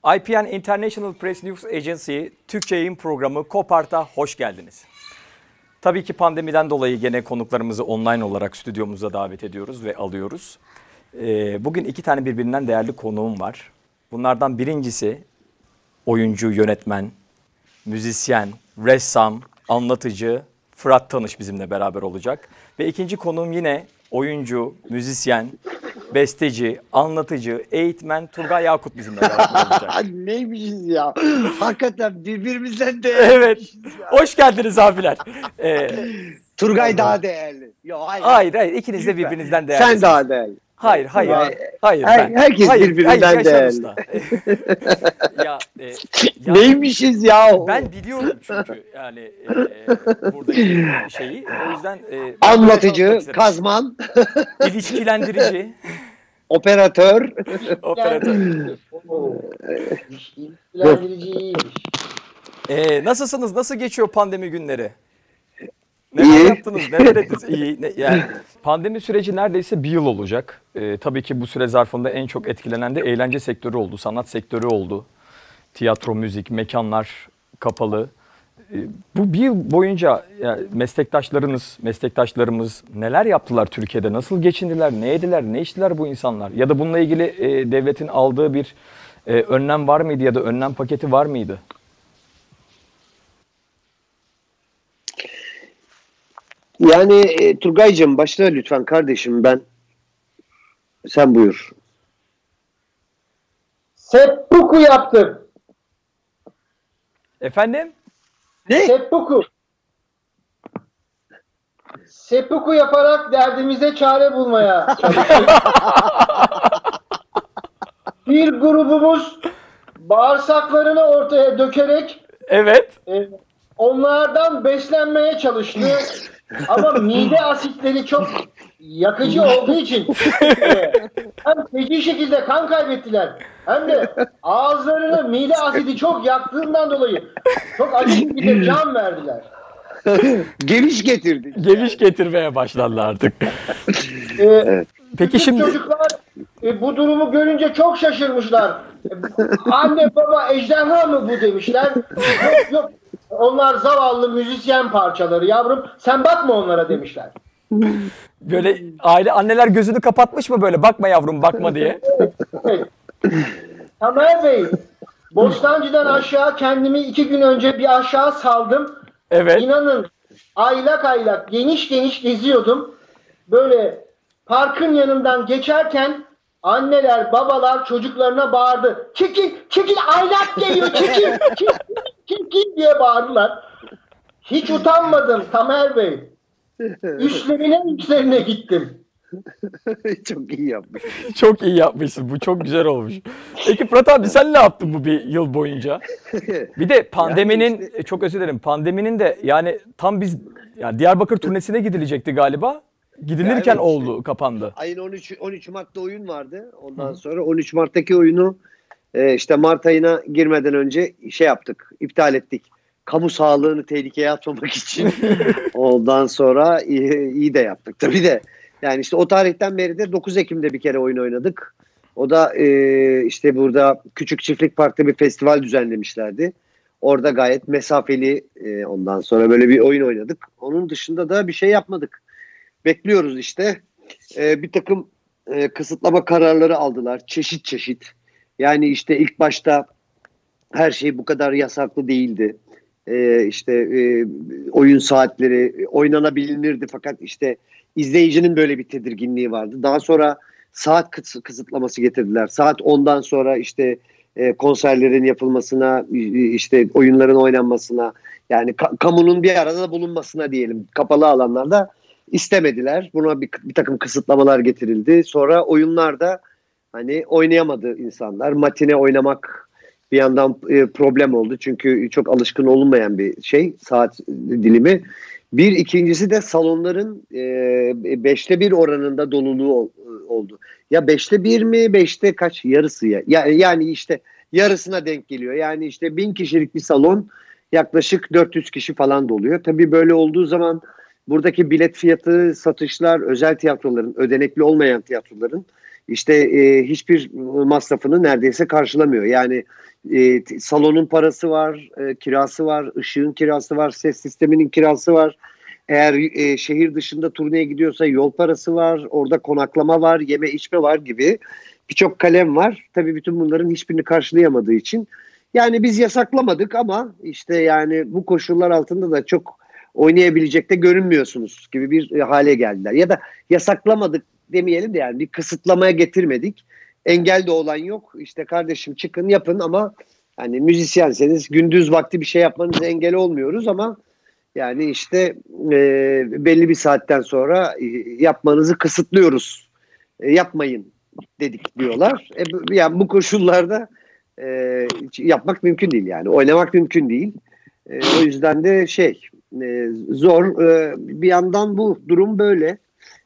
IPN International Press News Agency Türkçe yayın programı Kopart'a hoş geldiniz. Tabii ki pandemiden dolayı gene konuklarımızı online olarak stüdyomuza davet ediyoruz ve alıyoruz. Bugün iki tane birbirinden değerli konuğum var. Bunlardan birincisi oyuncu, yönetmen, müzisyen, ressam, anlatıcı Fırat Tanış bizimle beraber olacak. Ve ikinci konuğum yine oyuncu, müzisyen, besteci, anlatıcı, eğitmen Turgay Yakut bizimle beraber olacak. Neymişiz ya? Hakikaten birbirimizden Evet. Hoş geldiniz abiler. Turgay daha değerli. Yo, Hayır. İkiniz de birbirinizden değerlisiniz. Sen daha değerli. Hayır. Herkes birbirinden Yaşar değerli. Usta. ya, Neymişiz ya? Ben biliyorum çünkü yani buradaki şeyi. O yüzden anlatıcı, kazman, ilişkilendirici, operatör. İlişkilendirici iyiymiş. Nasılsınız? Nasıl geçiyor pandemi günleri? İyi. Neler yaptınız? Neler ettiniz? İyi. Yani pandemi süreci neredeyse bir yıl olacak. Tabii ki bu süre zarfında en çok etkilenen de eğlence sektörü oldu, sanat sektörü oldu. Tiyatro, müzik, mekanlar kapalı. Bu bir yıl boyunca yani meslektaşlarımız neler yaptılar Türkiye'de? Nasıl geçindiler, ne yediler, ne içtiler bu insanlar? Ya da bununla ilgili devletin aldığı bir önlem var mıydı ya da önlem paketi var mıydı? Yani Turgay'cığım başla lütfen kardeşim sen buyur. Seppuku yaptım. Efendim? Ne? Seppuku. Seppuku yaparak derdimize çare bulmaya çalıştık. Bir grubumuz bağırsaklarını ortaya dökerek Evet. onlardan beslenmeye çalıştı. Ama mide asitleri çok yakıcı olduğu için hem feci şekilde kan kaybettiler hem de ağızlarını mide asidi çok yaktığından dolayı çok acı şekilde can verdiler. Geviş getirdik. Geviş getirmeye başladılar artık. Peki şimdi Çocuklar bu durumu görünce çok şaşırmışlar. Anne baba ejderha mı bu demişler. Yok. Onlar zavallı müzisyen parçaları yavrum. Sen bakma onlara demişler. böyle anneler gözünü kapatmış mı böyle bakma yavrum bakma diye. Evet. Tamer Bey, Bostancı'dan aşağı kendimi 2 gün önce bir aşağı saldım. Evet. İnanın aylak geniş geziyordum. Böyle parkın yanından geçerken anneler babalar çocuklarına bağırdı. Çekil aylak geliyor çekil diye bağırdılar. Hiç utanmadım Tamer Bey. Üstlerine gittim. Çok iyi yapmış. Çok iyi yapmışsın. Bu çok güzel olmuş. Peki Fırat abi sen ne yaptın bu bir yıl boyunca? Bir de pandeminin Yani işte, çok özür dilerim. Pandeminin de yani tam biz yani Diyarbakır turnesine gidilecekti galiba. Gidilirken yani oldu, kapandı. ayın 13 Mart'ta oyun vardı. Ondan sonra 13 Mart'taki oyunu işte Mart ayına girmeden önce yaptık. İptal ettik. Kamu sağlığını tehlikeye atmamak için. Ondan sonra iyi de yaptık. Tabii de yani işte o tarihten beri de 9 Ekim'de bir kere oyun oynadık. O da işte burada Küçük Çiftlik Park'ta bir festival düzenlemişlerdi. Orada gayet mesafeli ondan sonra böyle bir oyun oynadık. Onun dışında da bir şey yapmadık. Bekliyoruz işte. Bir takım kısıtlama kararları aldılar. Çeşit. Yani işte ilk başta her şey bu kadar yasaklı değildi. İşte oyun saatleri oynanabilirdi fakat işte izleyicinin böyle bir tedirginliği vardı. Daha sonra saat kısıtlaması getirdiler. Saat 10'dan sonra işte konserlerin yapılmasına, işte oyunların oynanmasına, yani kamunun bir arada bulunmasına diyelim, kapalı alanlarda istemediler. Buna bir takım kısıtlamalar getirildi. Sonra oyunlarda hani oynayamadı insanlar. Matine oynamak bir yandan problem oldu. Çünkü çok alışkın olunmayan bir saat dilimi. İkincisi de salonların 5'te 1 oranında doluluğu oldu. Ya 5'te 1 mi? 5'te kaç? Yarısı ya. Yani işte yarısına denk geliyor. Yani işte 1000 kişilik bir salon yaklaşık 400 kişi falan doluyor. Tabii böyle olduğu zaman buradaki bilet fiyatı, satışlar, özel tiyatroların, ödenekli olmayan tiyatroların işte hiçbir masrafını neredeyse karşılamıyor. Yani salonun parası var, kirası var, ışığın kirası var, ses sisteminin kirası var. Eğer şehir dışında turneye gidiyorsa yol parası var, orada konaklama var, yeme içme var gibi birçok kalem var. Tabii bütün bunların hiçbirini karşılayamadığı için. Yani biz yasaklamadık ama işte yani bu koşullar altında da çok oynayabilecek de görünmüyorsunuz gibi bir hale geldiler. Ya da yasaklamadık demeyelim de yani bir kısıtlamaya getirmedik. Engel de olan yok. İşte kardeşim çıkın yapın ama hani müzisyenseniz gündüz vakti bir şey yapmanıza engel olmuyoruz ama yani işte belli bir saatten sonra yapmanızı kısıtlıyoruz. Yapmayın dedik diyorlar. Yani bu koşullarda yapmak mümkün değil yani. Oynamak mümkün değil. O yüzden de zor. Bir yandan bu durum böyle.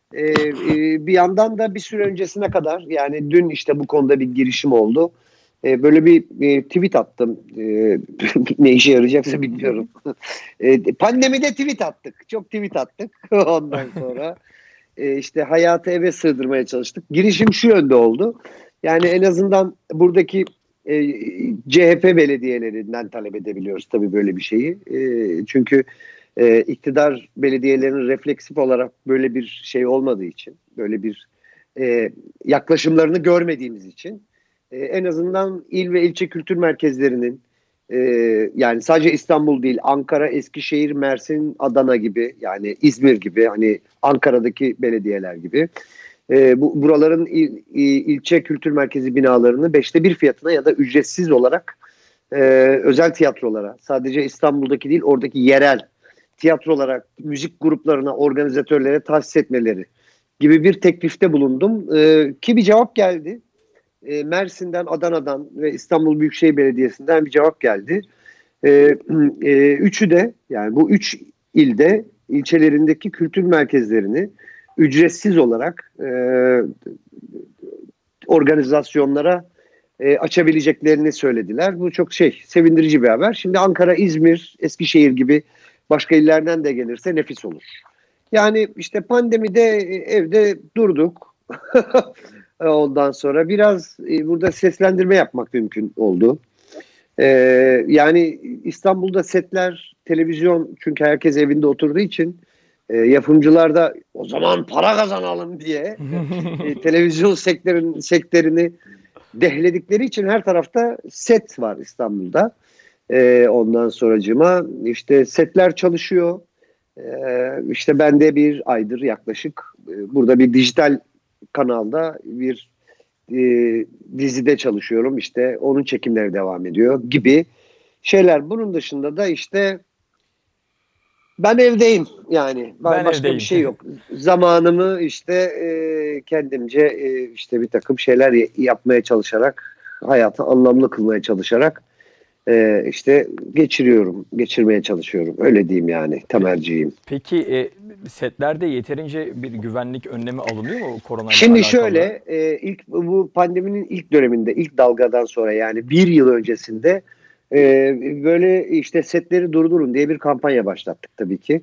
Bir yandan da bir süre öncesine kadar yani dün işte bu konuda bir girişim oldu. Böyle bir tweet attım. Ne işe yarayacaksa bilmiyorum. Pandemide tweet attık. Çok tweet attık. Ondan sonra işte hayatı eve sığdırmaya çalıştık. Girişim şu yönde oldu. Yani en azından buradaki CHP belediyelerinden talep edebiliyoruz tabii böyle bir şeyi. Çünkü iktidar belediyelerinin refleksif olarak böyle bir şey olmadığı için, böyle bir yaklaşımlarını görmediğimiz için en azından il ve ilçe kültür merkezlerinin yani sadece İstanbul değil, Ankara, Eskişehir, Mersin, Adana gibi yani İzmir gibi hani Ankara'daki belediyeler gibi buraların ilçe kültür merkezi binalarını 1/5 fiyatına ya da ücretsiz olarak özel tiyatrolara sadece İstanbul'daki değil oradaki yerel tiyatrolara, müzik gruplarına, organizatörlere tahsis etmeleri gibi bir teklifte bulundum. Ki bir cevap geldi. Mersin'den, Adana'dan ve İstanbul Büyükşehir Belediyesi'nden bir cevap geldi. Üçü de yani bu 3 ilde ilçelerindeki kültür merkezlerini ücretsiz olarak organizasyonlara açabileceklerini söylediler. Bu çok sevindirici bir haber. Şimdi Ankara, İzmir, Eskişehir gibi başka illerden de gelirse nefis olur. Yani işte pandemide evde durduk. Ondan sonra biraz burada seslendirme yapmak mümkün oldu. Yani İstanbul'da setler, televizyon çünkü herkes evinde oturduğu için yapımcılar da o zaman para kazanalım diye televizyon sektörünü dehledikleri için her tarafta set var İstanbul'da. Ondan sonracığıma işte setler çalışıyor. İşte ben de bir aydır yaklaşık burada bir dijital kanalda bir dizide çalışıyorum. İşte onun çekimleri devam ediyor gibi şeyler. Bunun dışında da işte ben evdeyim yani. Başka evdeyim. bir şey yok. Zamanımı işte kendimce işte bir takım şeyler yapmaya çalışarak hayatı anlamlı kılmaya çalışarak işte geçirmeye çalışıyorum. Öyle diyeyim yani temelciyim. Peki setlerde yeterince bir güvenlik önlemi alınıyor mu koronayla Şimdi alakalı? şöyle ilk bu pandeminin ilk döneminde ilk dalgadan sonra yani bir yıl öncesinde böyle işte setleri durdurun diye bir kampanya başlattık tabii ki.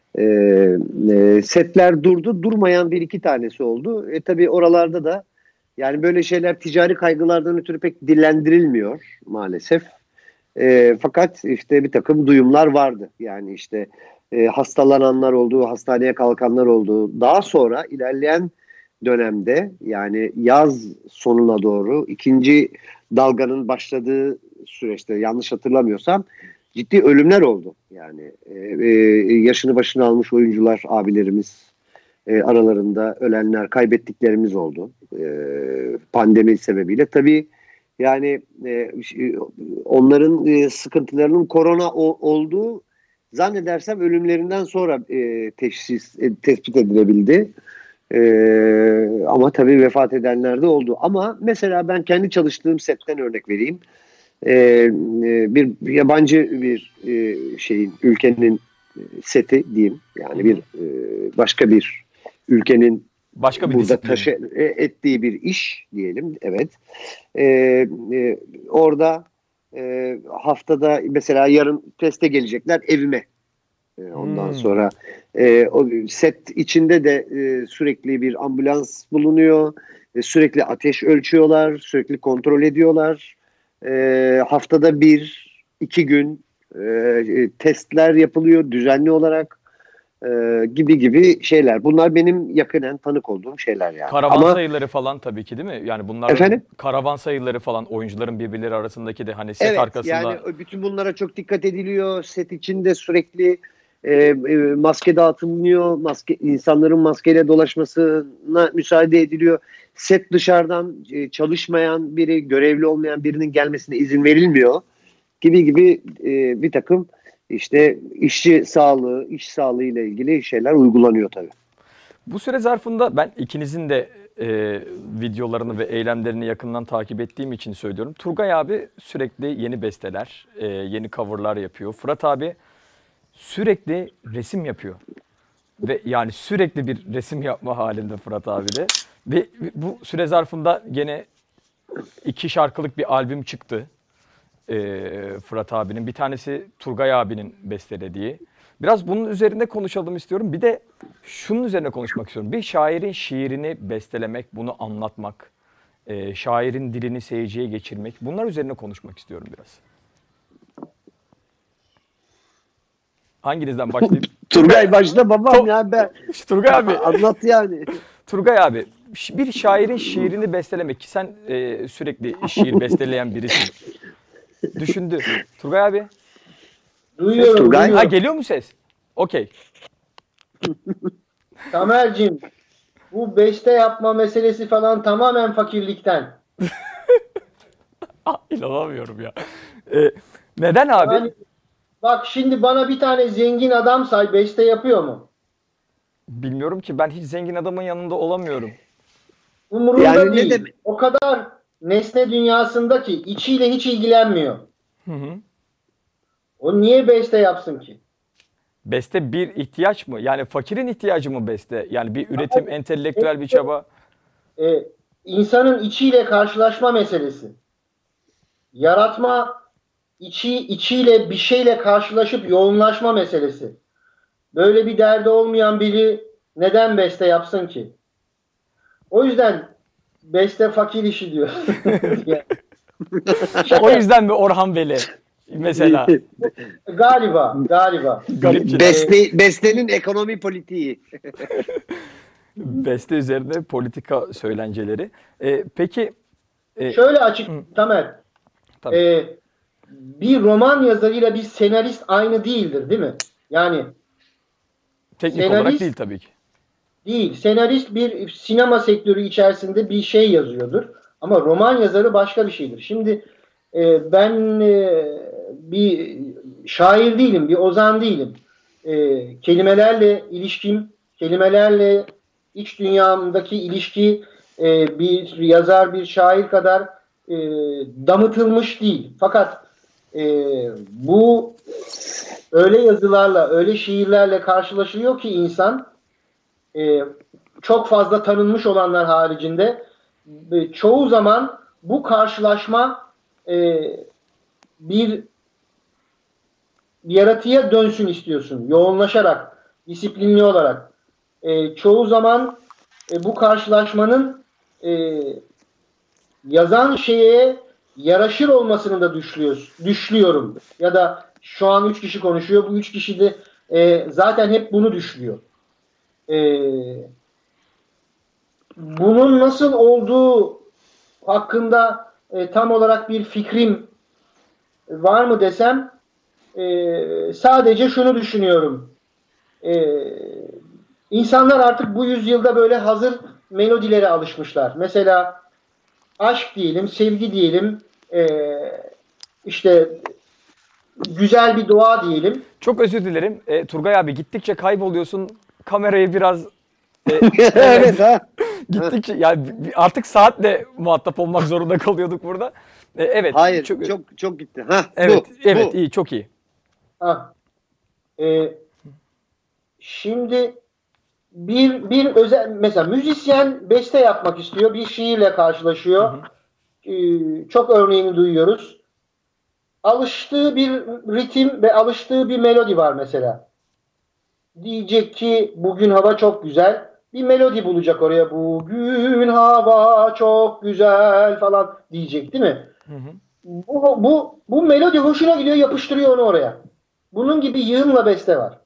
Setler durdu. Durmayan bir iki tanesi oldu. Tabii oralarda da yani böyle şeyler ticari kaygılardan ötürü pek dillendirilmiyor maalesef. Fakat işte bir takım duyumlar vardı. Yani işte hastalananlar oldu, hastaneye kalkanlar oldu. Daha sonra ilerleyen dönemde yani yaz sonuna doğru ikinci dalganın başladığı süreçte yanlış hatırlamıyorsam ciddi ölümler oldu. Yani yaşını başına almış oyuncular, abilerimiz aralarında ölenler, kaybettiklerimiz oldu. Pandemi sebebiyle. Tabii yani onların sıkıntılarının korona olduğu zannedersem ölümlerinden sonra tespit edilebildi. Ama tabii vefat edenler de oldu. Ama mesela ben kendi çalıştığım setten örnek vereyim. Bir yabancı bir ülkenin seti diyeyim. Yani bir başka bir ülkenin başka bir burada disiplin. ettiği bir iş diyelim. Evet. Orada haftada mesela yarın teste gelecekler evime. Ondan sonra o set içinde de sürekli bir ambulans bulunuyor. Sürekli ateş ölçüyorlar, sürekli kontrol ediyorlar. Haftada 1-2 gün testler yapılıyor düzenli olarak gibi şeyler. Bunlar benim yakinen tanık olduğum şeyler yani. Karavan Ama sayıları falan tabii ki değil mi? Yani bunlar efendim? karavan sayıları falan oyuncuların birbirleri arasındaki de hani set Evet, arkasında. yani bütün bunlara çok dikkat ediliyor. Set içinde sürekli maske dağıtılmıyor. İnsanların maskeyle dolaşmasına müsaade ediliyor. Set dışarıdan çalışmayan biri, görevli olmayan birinin gelmesine izin verilmiyor. Gibi bir takım işte işçi sağlığı, iş sağlığı ile ilgili şeyler uygulanıyor tabii. Bu süre zarfında ben ikinizin de videolarını ve eylemlerini yakından takip ettiğim için söylüyorum. Turgay abi sürekli yeni besteler, yeni coverlar yapıyor. Fırat abi sürekli resim yapıyor. Ve yani sürekli bir resim yapma halinde Fırat abi de. Ve bu süre zarfında gene 2 şarkılık bir albüm çıktı. Fırat abinin. Bir tanesi Turgay abinin bestelediği. Biraz bunun üzerinde konuşalım istiyorum. Bir de şunun üzerine konuşmak istiyorum. Bir şairin şiirini bestelemek, bunu anlatmak, şairin dilini seyirciye geçirmek. Bunlar üzerine konuşmak istiyorum biraz. Hanginizden başlayayım? Turgay başta babam ya ben. Turgay abi. Anlat yani. Turgay abi, bir şairin şiirini bestelemek ki sen sürekli şiir besteleyen birisin. Düşündü. Turgay abi. Duyuyorum, Turgay. Ha, duyuyorum. geliyor mu ses? Okey. Tamer'cim, bu beste yapma meselesi falan tamamen fakirlikten. İnanamıyorum ya. Neden abi? Yani bak şimdi bana bir tane zengin adam say, beste yapıyor mu? Bilmiyorum ki, ben hiç zengin adamın yanında olamıyorum. Umurunda Yani ne değil. demek? O kadar nesne dünyasındaki içiyle hiç ilgilenmiyor. Hı hı. O niye beste yapsın ki? Beste bir ihtiyaç mı? Yani fakirin ihtiyacı mı beste? Yani bir üretim, Abi, entelektüel bir çaba. e, insanın içiyle karşılaşma meselesi. Yaratma, içiyle bir şeyle karşılaşıp yoğunlaşma meselesi. Böyle bir derdi olmayan biri neden beste yapsın ki? O yüzden beste fakir işi diyor. O yüzden mi Orhan Veli mesela? Galiba. Garipçiler. Bestenin ekonomi politiği. Beste üzerine politika söylenceleri. Peki. Şöyle açık Tamer. Tabii. Bir roman yazarıyla bir senarist aynı değildir, değil mi? Yani Teknik olarak senarist değil tabii ki. değil. Senarist bir sinema sektörü içerisinde bir şey yazıyordur. Ama roman yazarı başka bir şeydir. Şimdi ben bir şair değilim, bir ozan değilim. Kelimelerle ilişkim, kelimelerle iç dünyamdaki ilişki bir yazar, bir şair kadar e, damıtılmış değil. Fakat bu öyle yazılarla, öyle şiirlerle karşılaşılıyor ki insan çok fazla tanınmış olanlar haricinde çoğu zaman bu karşılaşma bir yaratıya dönsün istiyorsun. Yoğunlaşarak, disiplinli olarak. Çoğu zaman bu karşılaşmanın yazan şeye yaraşır olmasını da düşlüyorum. Ya da şu an 3 kişi konuşuyor. Bu 3 kişi de zaten hep bunu düşlüyor. Bunun nasıl olduğu hakkında tam olarak bir fikrim var mı desem sadece şunu düşünüyorum. İnsanlar artık bu yüzyılda böyle hazır melodilere alışmışlar. Mesela aşk diyelim, sevgi diyelim, işte güzel bir dua diyelim. Çok özür dilerim. Turgay abi, gittikçe kayboluyorsun. Kamerayı biraz Evet ha. gittikçe yani artık saatle muhatap olmak zorunda kalıyorduk burada. Evet. Hayır çok gitti. Ha, Evet, evet, bu. iyi, çok iyi. Şimdi bir özel mesela müzisyen beste yapmak istiyor, bir şiirle karşılaşıyor. Çok örneğini duyuyoruz. Alıştığı bir ritim ve alıştığı bir melodi var mesela. Diyecek ki bugün hava çok güzel. bir melodi bulacak oraya. Bugün hava çok güzel falan diyecek değil mi? Hı hı. Bu melodi hoşuna gidiyor, yapıştırıyor onu oraya. Bunun gibi yığınla beste var.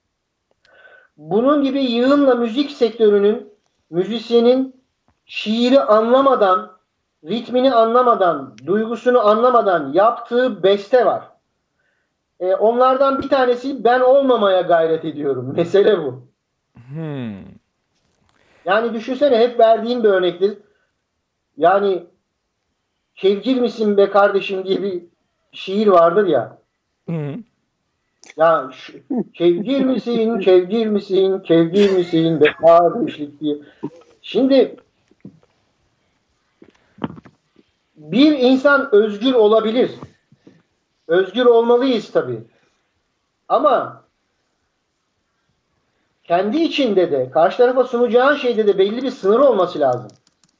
Bunun gibi yığınla müzik sektörünün, müzisyenin şiiri anlamadan, ritmini anlamadan, duygusunu anlamadan yaptığı beste var. Onlardan bir tanesi ben olmamaya gayret ediyorum. Mesele bu. Hmm. Yani düşünsene, hep verdiğim bir örnektir. Yani kevgir misin be kardeşim diye bir şiir vardır ya. Hı hı. Ya kevgir misin, kevgir misin, kevgir misin be kardeşlik diye. Şimdi bir insan özgür olabilir. Özgür olmalıyız tabii. Ama kendi içinde de, karşı tarafa sunacağın şeyde de belli bir sınır olması lazım.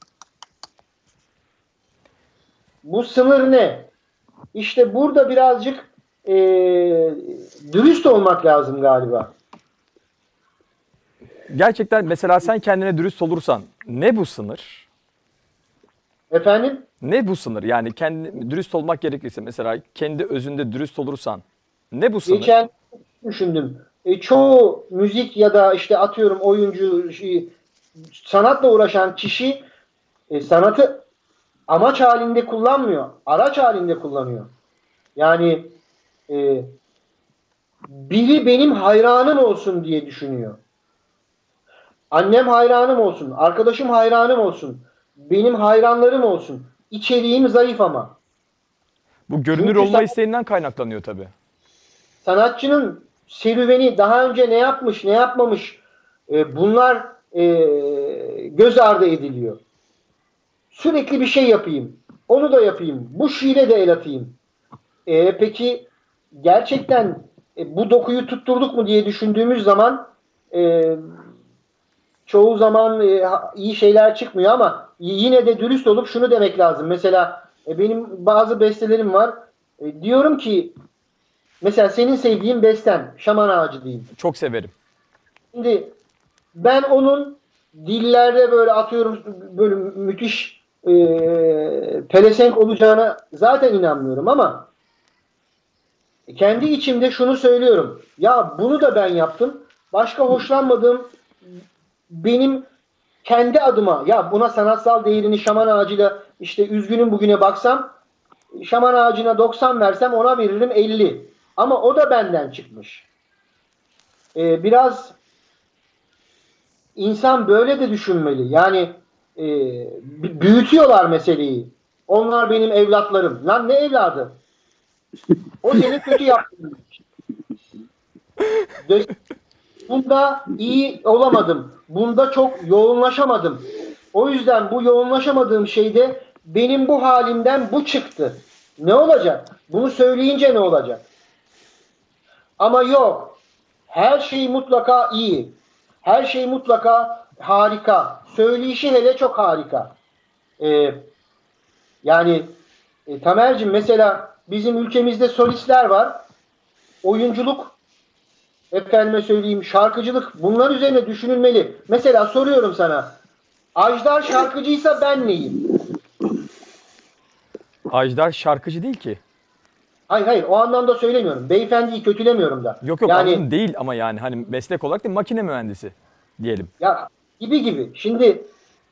Bu sınır ne? İşte burada birazcık dürüst olmak lazım galiba. Gerçekten mesela sen kendine dürüst olursan ne bu sınır? Efendim? Ne bu sınır? Yani kendi dürüst olmak gerekirse mesela kendi özünde dürüst olursan ne bu sınır? Geçen düşündüm. Çoğu müzik ya da işte atıyorum oyuncu, sanatla uğraşan kişi sanatı amaç halinde kullanmıyor. Araç halinde kullanıyor. Yani biri benim hayranım olsun diye düşünüyor. Annem hayranım olsun, arkadaşım hayranım olsun, benim hayranlarım olsun. İçeriğim zayıf ama. Bu görünür Çünkü olma isteğinden kaynaklanıyor tabii. sanatçının serüveni, daha önce ne yapmış, ne yapmamış, bunlar göz ardı ediliyor. Sürekli bir şey yapayım, onu da yapayım, bu şiire de el atayım. Peki gerçekten bu dokuyu tutturduk mu diye düşündüğümüz zaman çoğu zaman iyi şeyler çıkmıyor ama yine de dürüst olup şunu demek lazım. Mesela benim bazı bestelerim var. Diyorum ki mesela senin sevdiğin besten Şaman Ağacı diyeyim. Çok severim. Şimdi ben onun dillerde böyle atıyorum böyle müthiş pelesenk olacağına zaten inanmıyorum ama kendi içimde şunu söylüyorum. Ya bunu da ben yaptım. Başka hoşlanmadığım, benim kendi adıma ya buna sanatsal değerini Şaman Ağacı'yla işte üzgünüm bugüne baksam Şaman Ağacı'na 90 versem ona veririm 50. Ama o da benden çıkmış. Biraz insan böyle de düşünmeli. Yani büyütüyorlar meseleyi. Onlar benim evlatlarım. Lan ne evladı? O seni kötü yaptı. Bunda iyi olamadım. Bunda çok yoğunlaşamadım. O yüzden bu yoğunlaşamadığım şeyde benim bu halimden bu çıktı. Ne olacak? Bunu söyleyince ne olacak? Ama yok. Her şey mutlaka iyi. Her şey mutlaka harika. Söyleyişi hele çok harika. Yani Tamer'cim mesela bizim ülkemizde solistler var. Oyunculuk, efendime söyleyeyim şarkıcılık, bunlar üzerine düşünülmeli. Mesela soruyorum sana. Ajdar şarkıcıysa ben neyim? Ajdar şarkıcı değil ki. Hayır o anlamda söylemiyorum. Beyefendiyi kötülemiyorum da. Yok yani, anladım değil ama yani hani meslek olarak değil makine mühendisi diyelim. Ya gibi. Şimdi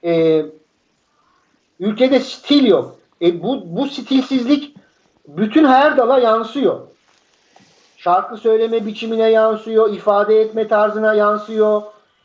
ülkede stil yok. Bu stilsizlik bütün her dala yansıyor. Şarkı söyleme biçimine yansıyor, ifade etme tarzına yansıyor.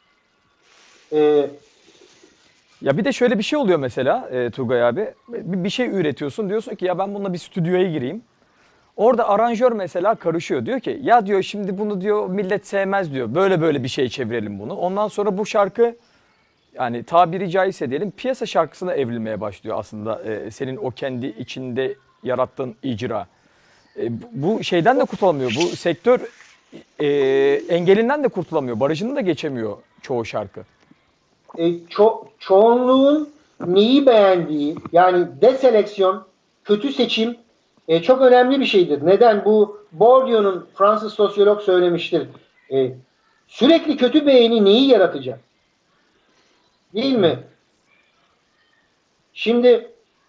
Ya bir de şöyle bir şey oluyor mesela Turgay abi. Bir şey üretiyorsun diyorsun ki ya ben bununla bir stüdyoya gireyim. Orada aranjör mesela karışıyor. Diyor ki ya diyor şimdi bunu diyor millet sevmez diyor. Böyle bir şey çevirelim bunu. Ondan sonra bu şarkı yani tabiri caizse diyelim piyasa şarkısına evrilmeye başlıyor aslında. Senin o kendi içinde yarattığın icra. Bu şeyden de kurtulamıyor. Bu sektör engelinden de kurtulamıyor. Barajını da geçemiyor çoğu şarkı. Çoğunluğun neyi beğendiği, yani deseleksiyon, kötü seçim çok önemli bir şeydir. Neden? Bu Bourdieu'nun, Fransız sosyolog söylemiştir. Sürekli kötü beğeni neyi yaratacak? Değil mi? Şimdi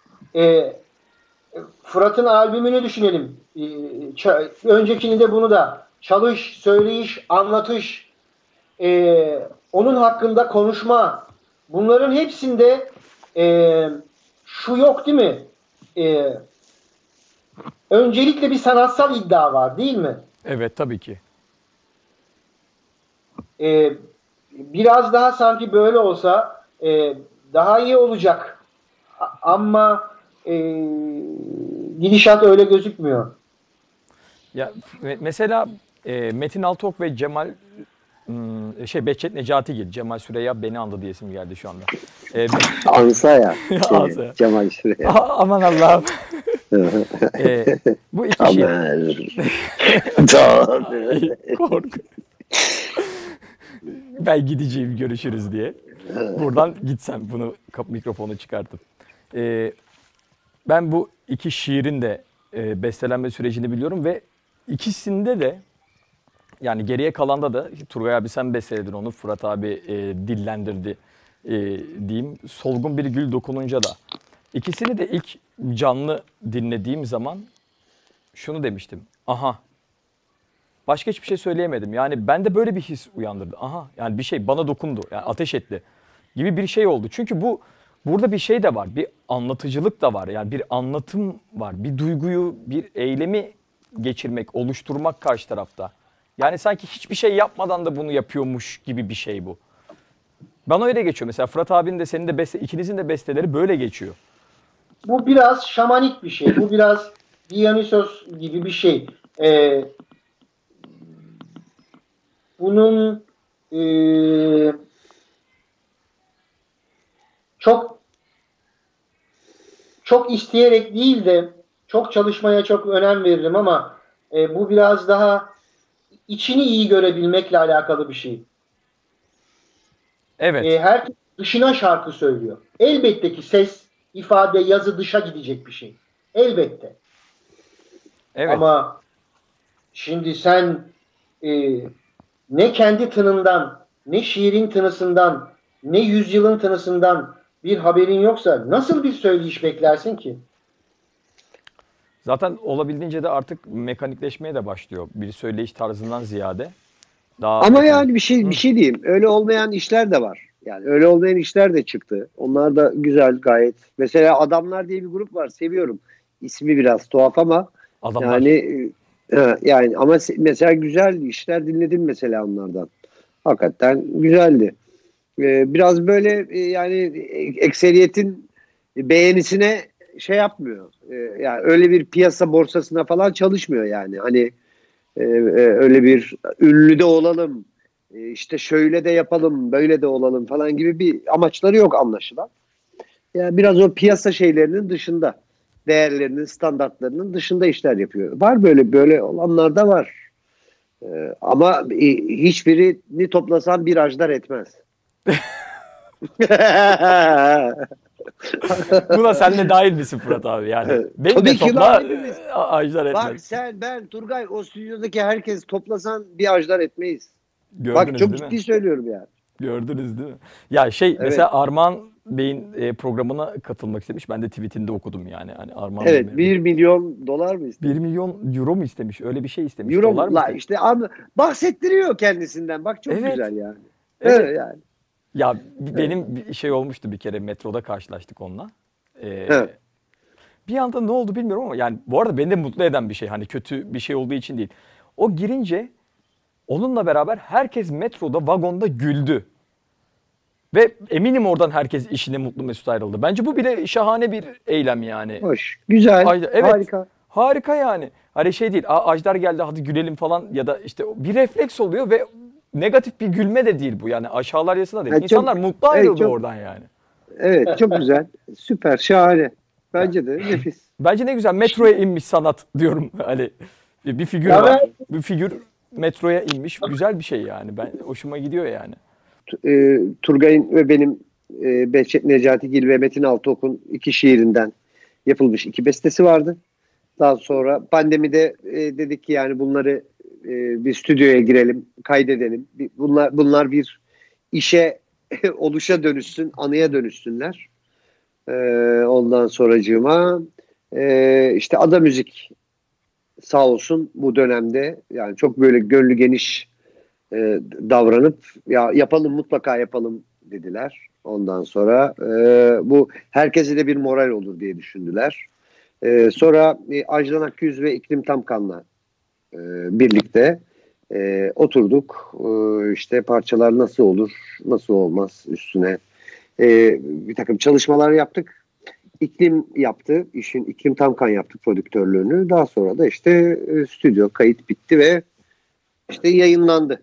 Fırat'ın albümünü düşünelim. Öncekini de bunu da. Çalış, söyleyiş, anlatış, onun hakkında konuşma. Bunların hepsinde şu yok değil mi? Öncelikle bir sanatsal iddia var değil mi? Evet, tabii ki. Biraz daha sanki böyle olsa daha iyi olacak. Ama gidişat öyle gözükmüyor. Ya mesela Metin Altok ve Cemal Behçet Necatigil, Cemal Süreyya beni andı diyesim geldi şu anda. Ansa ya. Ansa ya. Cemal Süreya. Aman Allah'ım. Bu iki şiir. Korku. Ben gideceğim, görüşürüz diye. Buradan gitsem bunu mikrofonu çıkartıp. Ben bu iki şiirin de bestelenme sürecini biliyorum ve ikisinde de yani geriye kalanda da Turgay abi sen besteledin onu, Fırat abi dillendirdi diyeyim. Solgun bir gül dokununca da. İkisini de ilk canlı dinlediğim zaman şunu demiştim. Aha. Başka hiçbir şey söyleyemedim. Yani bende böyle bir his uyandırdı. Aha, yani bir şey bana dokundu. Yani ateş etti gibi bir şey oldu. Çünkü burada bir şey de var. Bir anlatıcılık da var. Yani bir anlatım var. Bir duyguyu, bir eylemi geçirmek, oluşturmak karşı tarafta. Yani sanki hiçbir şey yapmadan da bunu yapıyormuş gibi bir şey bu. Bana öyle geçiyor. Mesela Fırat abinin de senin de ikinizin de besteleri böyle geçiyor. Bu biraz şamanik bir şey. Bu biraz Dionysos gibi bir şey. Bunun çok isteyerek değil de çok çalışmaya çok önem veririm ama bu biraz daha içini iyi görebilmekle alakalı bir şey. Evet. Herkes dışına şarkı söylüyor. Elbette ki ses, ifade, yazı dışa gidecek bir şey. Elbette. Evet. Ama şimdi sen ne kendi tınından, ne şiirin tınısından, ne yüzyılın tınısından bir haberin yoksa nasıl bir söyleyiş beklersin ki? Zaten olabildiğince de artık mekanikleşmeye de başlıyor. Bir söyleyiş tarzından ziyade. Daha Ama mekanik. yani bir şey diyeyim. Öyle olmayan işler de var. Yani öyle olmayan işler de çıktı. Onlar da güzel gayet. Mesela Adamlar diye bir grup var. Seviyorum. İsmi biraz tuhaf ama Adamlar. yani ama mesela güzel işler dinledim mesela onlardan. Hakikaten güzeldi. Biraz böyle yani ekseriyetin beğenisine şey yapmıyor. Yani öyle bir piyasa borsasına falan çalışmıyor yani. Hani öyle bir ünlü de olalım, işte şöyle de yapalım, böyle de olalım falan gibi bir amaçları yok anlaşılan. Yani biraz o piyasa şeylerinin dışında, değerlerinin, standartlarının dışında işler yapıyor. Var böyle olanlar da var. Ama hiçbirini toplasan bir ajdar etmez. Buna sen de dahil misin Fırat abi yani? Beni Tabii de ki topla dahilimiz. ajdar etmez. Bak sen, ben, Turgay, o stüdyodaki herkes toplasan bir ajdar etmeyiz. Gördünüz Bak çok değil mi? ciddi söylüyorum yani. Gördünüz değil mi? Ya mesela Armağan Bey'in programına katılmak istemiş. Ben de tweetinde okudum yani. Hani Armağan Evet, Bey 1 milyon dolar mı istemiş? 1 milyon euro mu istemiş? Öyle bir şey istemiş. Euro Dolar mu? mı La istemiş? işte bahsettiriyor kendisinden. Bak çok Evet. güzel yani. Evet. Evet yani. Ya benim bir şey olmuştu bir kere, metroda karşılaştık onunla. Evet. Bir anda ne oldu bilmiyorum ama yani bu arada beni de mutlu eden bir şey. Hani kötü bir şey olduğu için değil. O girince onunla beraber herkes metroda, vagonda güldü. Ve eminim oradan herkes işine mutlu mesut ayrıldı. Bence bu bile şahane bir eylem yani. Hoş. Güzel. Evet. Harika. Harika yani. Hani şey değil, Ajdar geldi hadi gülelim falan ya da işte bir refleks oluyor ve negatif bir gülme de değil bu. Yani aşağılar yasına değil. Ha, İnsanlar mutlu ayrıldı çok- oradan yani. Evet çok güzel. Süper. Şahane. Bence de nefis. Bence ne güzel metroya inmiş sanat diyorum. Hani bir figür Ya var. Bir figür metroya inmiş. Güzel bir şey yani. Ben hoşuma gidiyor yani. Turgay'ın ve benim Behçet Necatigil ve Metin Altıok'un iki şiirinden yapılmış iki bestesi vardı. Daha sonra pandemide dedik ki yani bunları bir stüdyoya girelim, kaydedelim. Bunlar bir işe oluşa dönüşsün, anıya dönüşsünler. Ondan sonracığıma işte Ada Müzik sağ olsun bu dönemde yani çok böyle gönlü geniş davranıp ya yapalım mutlaka yapalım dediler. Ondan sonra bu herkese de bir moral olur diye düşündüler. Sonra Ajdan Akyüz ve İklim Tamkan'la birlikte oturduk. İşte parçalar nasıl olur, nasıl olmaz üstüne bir takım çalışmalar yaptık. İklim yaptı, İklim Tamkan yaptı prodüktörlüğünü. Daha sonra da işte stüdyo kayıt bitti ve işte yayınlandı.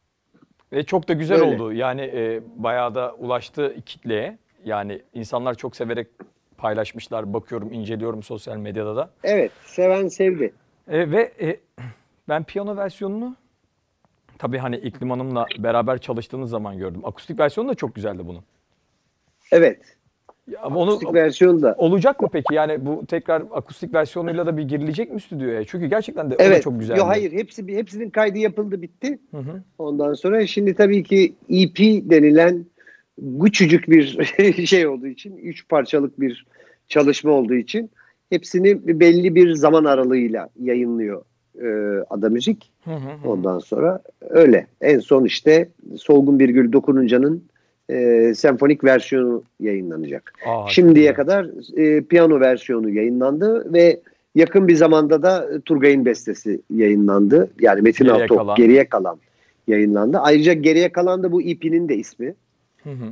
Ve çok da güzel Böyle. oldu. Yani bayağı da ulaştı kitleye. Yani insanlar çok severek paylaşmışlar. Bakıyorum, inceliyorum sosyal medyada da. Evet, seven sevdi. Ve ben piyano versiyonunu tabii hani İklim Hanım'la beraber çalıştığınız zaman gördüm. Akustik versiyonu da çok güzeldi bunun. Evet, Ya akustik versiyonu da. olacak mı peki? Yani bu tekrar akustik versiyonuyla da bir girilecek mi stüdyoya? Çünkü gerçekten de o da Evet, çok güzeldi. yo, hayır hepsinin kaydı yapıldı bitti. Hı hı. Ondan sonra şimdi tabii ki EP denilen küçücük bir şey olduğu için, 3 parçalık bir çalışma olduğu için hepsini belli bir zaman aralığıyla yayınlıyor Ada Müzik. Hı hı hı. Ondan sonra öyle. En son işte Solgun Birgül Dokununca'nın senfonik versiyonu yayınlanacak. Şimdiye kadar piyano versiyonu yayınlandı ve yakın bir zamanda da Turgay'ın bestesi yayınlandı. Yani Metin Altıok Geriye Kalan yayınlandı. Ayrıca Geriye Kalan da bu EP'nin de ismi. Hı hı.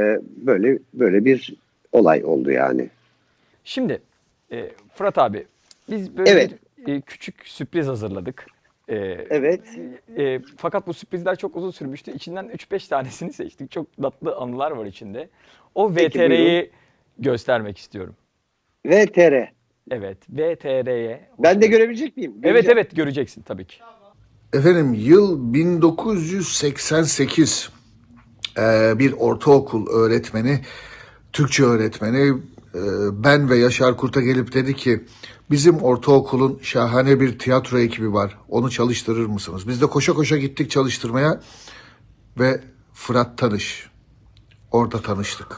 Böyle bir olay oldu yani. Şimdi Fırat abi biz böyle Evet. bir küçük sürpriz hazırladık. Evet. Fakat bu sürprizler çok uzun sürmüştü. İçinden 3-5 tanesini seçtik. Çok tatlı anılar var içinde. O Peki, VTR'yi göstermek istiyorum. VTR. Evet, VTR'ye. Ben de görebilecek miyim? Evet Göreceğim. evet göreceksin tabii ki. Efendim yıl 1988. Bir ortaokul öğretmeni, Türkçe öğretmeni ben ve Yaşar Kurt'a gelip dedi ki bizim ortaokulun şahane bir tiyatro ekibi var. Onu çalıştırır mısınız? Biz de koşa koşa gittik çalıştırmaya ve Fırat Tanış. Orada tanıştık.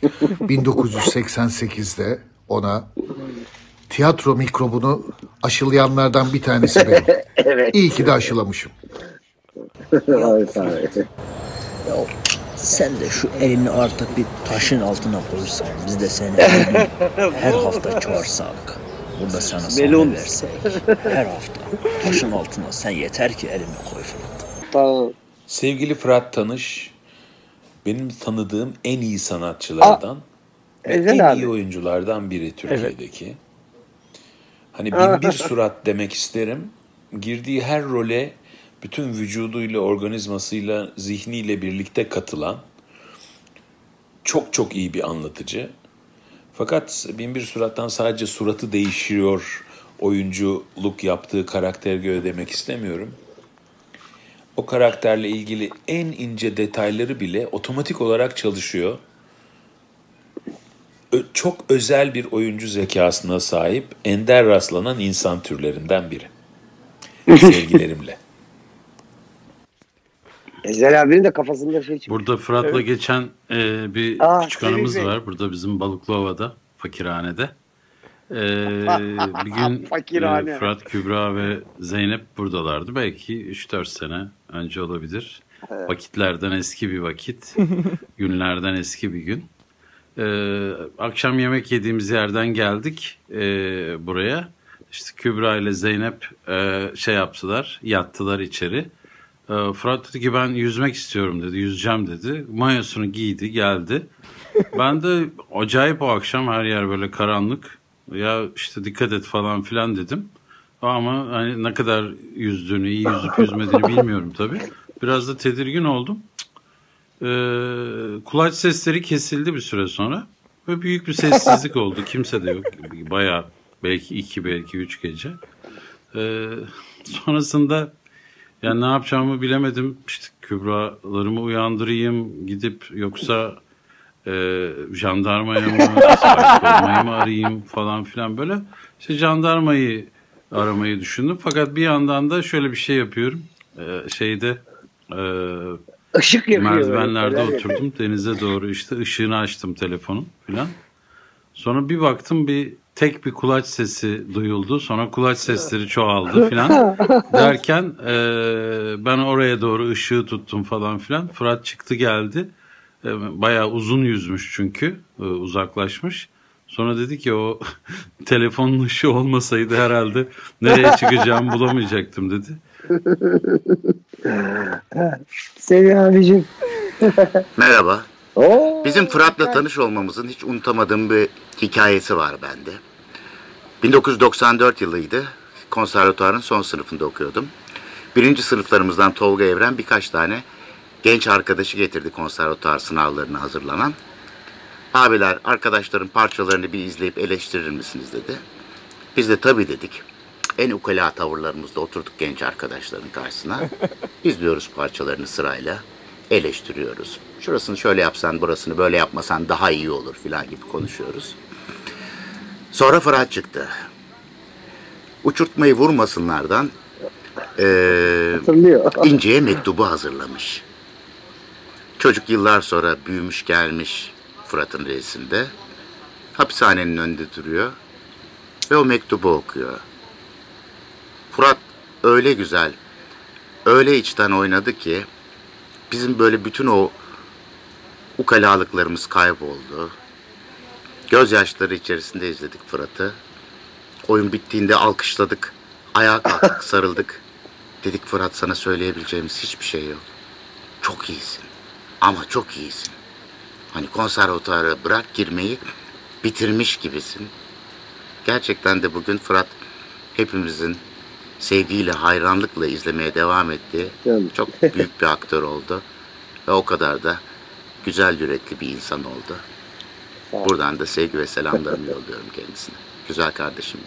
1988'de ona tiyatro mikrobunu aşılayanlardan bir tanesi benim. Evet. İyi ki de aşılamışım. Evet, evet. Ya sen de şu elini artık bir taşın altına koysan, biz de seni her hafta çağırsak, burada sana sahne Melon. versek, her hafta taşın altına sen yeter ki elini koy Fırat. Tamam. Sevgili Fırat Tanış, benim tanıdığım en iyi sanatçılardan ve Ezel en abi. iyi oyunculardan biri Türkiye'deki. Hani bin bir surat demek isterim. Girdiği her role bütün vücuduyla, organizmasıyla, zihniyle birlikte katılan çok çok iyi bir anlatıcı. Fakat bin bir surattan sadece suratı değişiyor, oyunculuk yaptığı karakter göre demek istemiyorum. O karakterle ilgili en ince detayları bile otomatik olarak çalışıyor. Çok özel bir oyuncu zekasına sahip, ender rastlanan insan türlerinden biri. Sevgilerimle. Ezel abinin de kafasında şey çıkıyor. Burada Fırat'la geçen bir küçük Semih anımız Bey. var. Burada bizim Balıklıova'da, fakirhanede. Bir gün Fakirhane. Fırat, Kübra ve Zeynep buradalardı. Belki 3-4 sene önce olabilir. Vakitlerden eski bir vakit. Günlerden eski bir gün. Akşam yemek yediğimiz yerden geldik buraya. İşte Kübra ile Zeynep şey yaptılar, yattılar içeri. Fırat dedi ki ben yüzmek istiyorum dedi, yüzeceğim dedi. Mayosunu giydi, geldi. Ben de acayip o akşam her yer böyle karanlık. Ya işte dikkat et falan filan dedim. Ama hani ne kadar yüzdüğünü, iyi yüzüp yüzmediğini bilmiyorum tabii. Biraz da tedirgin oldum. Kulaç sesleri kesildi bir süre sonra. Ve büyük bir sessizlik oldu. Kimse de yok. Bayağı belki 2 belki 3 gece. Sonrasında yani ne yapacağımı bilemedim. İşte Kübralarımı uyandırayım gidip yoksa jandarmaya mı, korumayı mı arayayım falan filan böyle. İşte jandarmayı aramayı düşündüm. Fakat bir yandan da şöyle bir şey yapıyorum. Işık yakıyor. Merdivenlerde böyle. oturdum denize doğru, işte ışığını açtım telefonun filan. Sonra bir baktım tek bir kulaç sesi duyuldu. Sonra kulaç sesleri çoğaldı filan. Derken ben oraya doğru ışığı tuttum falan filan. Fırat çıktı geldi. Bayağı uzun yüzmüş çünkü, uzaklaşmış. Sonra dedi ki o telefonun ışığı olmasaydı herhalde nereye çıkacağımı bulamayacaktım dedi. Semih abicim. Merhaba. Oo, Bizim Fırat'la tanış olmamızın hiç unutamadığım bir hikayesi var bende. 1994 yılıydı. Konservatuvarın son sınıfında okuyordum. Birinci sınıflarımızdan Tolga Evren birkaç tane genç arkadaşı getirdi konservatuvar sınavlarına hazırlanan. Abiler, arkadaşların parçalarını bir izleyip eleştirir misiniz dedi. Biz de tabii dedik. En ukala tavırlarımızda oturduk genç arkadaşların karşısına. İzliyoruz parçalarını sırayla. Eleştiriyoruz. Şurasını şöyle yapsan, burasını böyle yapmasan daha iyi olur filan gibi konuşuyoruz. Sonra Fırat çıktı. Uçurtmayı vurmasınlardan hatırlıyor. İnce'ye mektubu hazırlamış. Çocuk yıllar sonra büyümüş gelmiş Fırat'ın reisinde. Hapishanenin önünde duruyor ve o mektubu okuyor. Fırat öyle güzel, öyle içten oynadı ki bizim böyle bütün o ukalalıklarımız kayboldu. Gözyaşları içerisinde izledik Fırat'ı. Oyun bittiğinde alkışladık, ayağa kalktık, sarıldık. Dedik Fırat, sana söyleyebileceğimiz hiçbir şey yok. Çok iyisin ama çok iyisin. Hani konservatuvara bırak girmeyi, bitirmiş gibisin. Gerçekten de bugün Fırat hepimizin sevgiyle, hayranlıkla izlemeye devam ettiği çok büyük bir aktör oldu. Ve o kadar da güzel yürekli bir insan oldu. Buradan da sevgi ve selamlarımı yolluyorum kendisine. Güzel kardeşim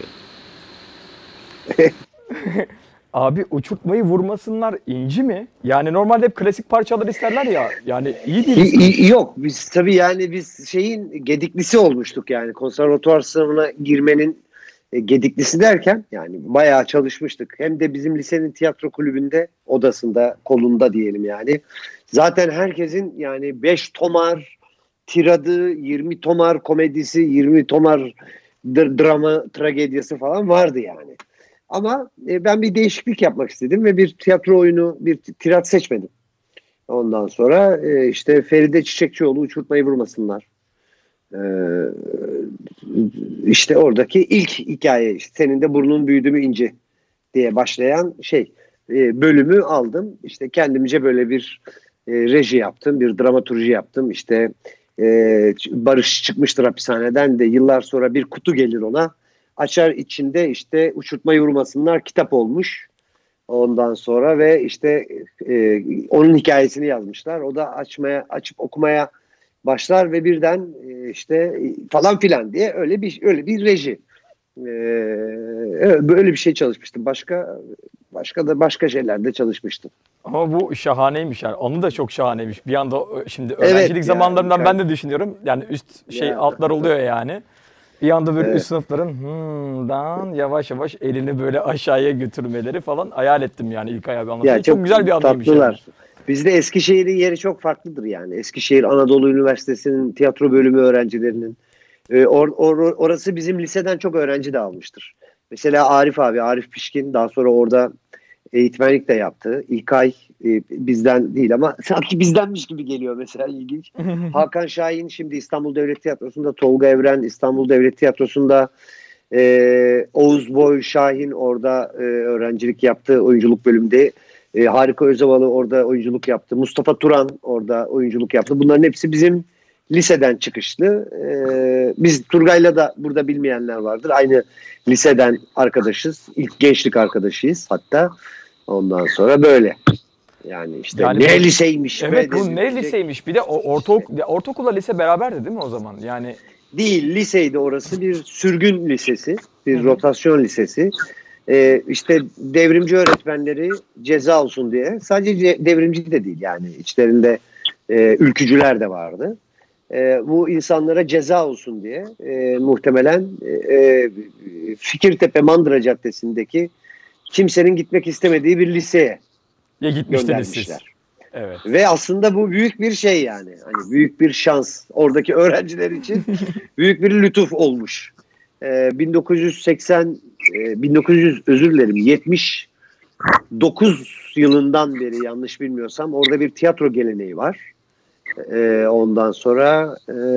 benim. Abi uçurtmayı vurmasınlar inci mi? Yani normalde hep klasik parçalar isterler ya. Yani iyi değil. Yok, biz tabii yani biz şeyin gediklisi olmuştuk yani konservatuvar sınavına girmenin gediklisi derken yani bayağı çalışmıştık. Hem de bizim lisenin tiyatro kulübünde, odasında, kolunda diyelim yani. Zaten herkesin yani 5 tomar tiradı, 20 tomar komedisi, 20 tomar drama, tragediyası falan vardı yani. Ama ben bir değişiklik yapmak istedim ve bir tiyatro oyunu, bir tirat seçmedim. Ondan sonra işte Feride Çiçekçioğlu Uçurtmayı Vurmasınlar. İşte oradaki ilk hikaye, işte senin de burnun büyüdü mü ince diye başlayan bölümü aldım. İşte kendimce böyle bir reji yaptım, bir dramaturji yaptım. İşte Barış çıkmıştır hapishaneden de yıllar sonra bir kutu gelir ona. Açar, içinde işte Uçurtmayı Vurmasınlar kitap olmuş. Ondan sonra ve işte onun hikayesini yazmışlar. O da açıp okumaya başlar ve birden işte falan filan diye öyle bir reji. Böyle bir şey çalışmıştım. Başka şeylerde çalışmıştım. Ama bu şahaneymiş yani. Onu da çok şahaneymiş. Bir anda şimdi öğrencilik yani, zamanlarından ben de düşünüyorum. Yani üst altlar oluyor yani. Bir anda böyle üst sınıfların yavaş yavaş elini böyle aşağıya götürmeleri falan hayal ettim yani ilk ayağı anlatırken. Çok güzel bir anıymış. Tatlılar. Yani. Bizde Eskişehir'in yeri çok farklıdır yani. Eskişehir Anadolu Üniversitesi'nin tiyatro bölümü öğrencilerinin. Orası bizim liseden çok öğrenci de almıştır. Mesela Arif Pişkin daha sonra orada eğitmenlik de yaptı. İlkay bizden değil ama sanki bizdenmiş gibi geliyor mesela, ilginç. Hakan Şahin şimdi İstanbul Devlet Tiyatrosu'nda, Tolga Evren İstanbul Devlet Tiyatrosu'nda, Oğuz Boy Şahin orada öğrencilik yaptı oyunculuk bölümünde. Harika Özavalı orada oyunculuk yaptı. Mustafa Turan orada oyunculuk yaptı. Bunların hepsi bizim liseden çıkışlı. Biz Turgay'la da burada bilmeyenler vardır. Aynı liseden arkadaşız. İlk gençlik arkadaşıyız hatta. Ondan sonra böyle. Yani işte yani ne liseymiş. Evet, bu ne liseymiş. Bir de ortaokulla lise beraberdi değil mi o zaman? Yani değil, liseydi orası. Bir sürgün lisesi. Bir rotasyon lisesi. İşte devrimci öğretmenleri ceza olsun diye. Sadece devrimci de değil yani. İçlerinde ülkücüler de vardı. Bu insanlara ceza olsun diye muhtemelen Fikirtepe Mandıra Caddesi'ndeki kimsenin gitmek istemediği bir liseye gitmiştiniz siz. göndermişler. Evet. Ve aslında bu büyük bir şey yani. Hani büyük bir şans. Oradaki öğrenciler için büyük bir lütuf olmuş. 1980 1900 özür dilerim 79 yılından beri yanlış bilmiyorsam orada bir tiyatro geleneği var. Ondan sonra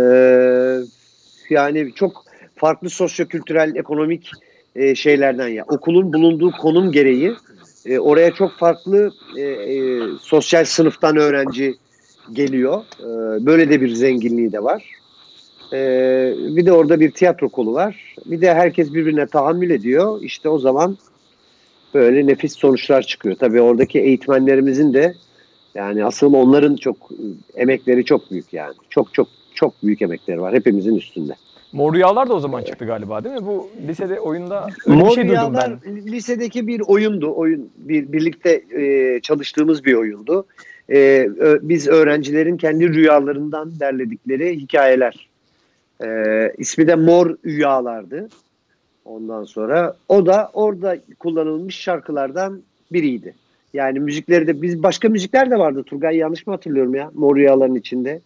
yani çok farklı sosyokültürel, ekonomik şeylerden ya. Okulun bulunduğu konum gereği oraya çok farklı sosyal sınıftan öğrenci geliyor. Böyle de bir zenginliği de var. Bir de orada bir tiyatro kolu var. Bir de herkes birbirine tahammül ediyor. İşte o zaman böyle nefis sonuçlar çıkıyor. Tabii oradaki eğitmenlerimizin de yani asıl onların çok emekleri çok büyük yani. Çok çok çok büyük emekleri var hepimizin üstünde. Mor Rüyalar da o zaman çıktı galiba değil mi? Bu lisede oyunda öyle bir Mor şey duydum Rüyalar ben. lisedeki bir oyundu. Birlikte çalıştığımız bir oyundu. Biz öğrencilerin kendi rüyalarından derledikleri hikayeler. İsmi de Mor Rüyalar'dı. Ondan sonra o da orada kullanılmış şarkılardan biriydi. Yani müzikleri de biz başka müzikler de vardı Turgay, yanlış mı hatırlıyorum ya Mor Rüyalar'ın içinde?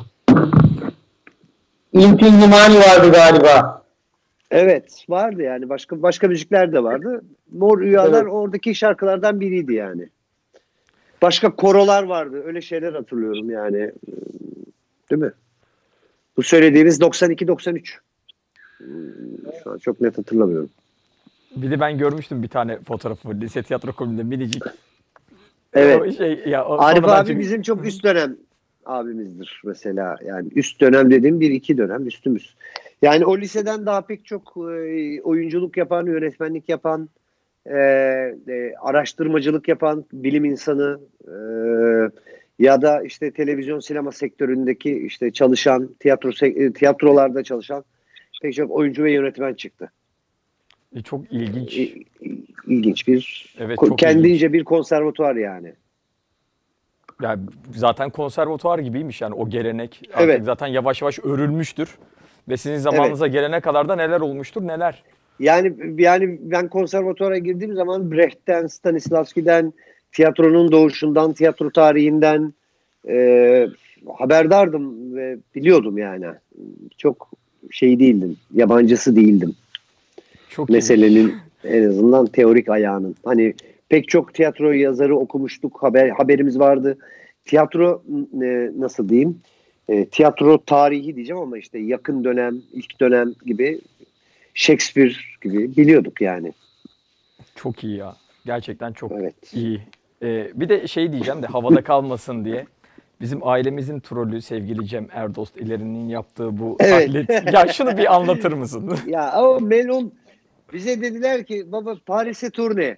İntin Limani vardı galiba. Evet vardı yani başka müzikler de vardı. Mor Rüyalar Evet. oradaki şarkılardan biriydi yani. Başka korolar vardı. Öyle şeyler hatırlıyorum yani. Değil mi? Bu söylediğimiz 92-93. Şu an çok net hatırlamıyorum. Bir de ben görmüştüm bir tane fotoğrafı lise tiyatro kulübünde minicik. Evet. O şey, ya, Arif sonradan abi çık- bizim çok üst dönem abimizdir mesela. Yani üst dönem dediğim 1-2 dönem üstümüz. Yani o liseden daha pek çok oyunculuk yapan, yönetmenlik yapan, araştırmacılık yapan bilim insanı ya da işte televizyon sinema sektöründeki işte çalışan, tiyatrolarda çalışan pek çok oyuncu ve yönetmen çıktı. Çok ilginç. İlginç bir Evet, çok kendince ilginç. bir konservatuvar yani. Yani zaten konservatuvar gibiymiş yani o gelenek. Artık Evet. zaten yavaş yavaş örülmüştür. Ve sizin zamanınıza gelene kadar da neler olmuştur neler. Yani ben konservatuvara girdiğim zaman Brecht'ten, Stanislavski'den, tiyatronun doğuşundan, tiyatro tarihinden haberdardım ve biliyordum yani. Çok şey değildim, yabancısı değildim. Çok iyi. Meselenin en azından teorik ayağının. Hani pek çok tiyatro yazarı okumuştuk, haberimiz vardı. Tiyatro nasıl diyeyim? Tiyatro tarihi diyeceğim ama işte yakın dönem, ilk dönem gibi Shakespeare gibi biliyorduk yani. Çok iyi ya. Gerçekten çok Evet. iyi. Bir de şey diyeceğim de havada kalmasın diye. Bizim ailemizin trolü sevgili Cem Erdost ileri'nin yaptığı bu Evet. taklit. Ya şunu bir anlatır mısın? Ya o Melon bize dediler ki baba Paris'e turne.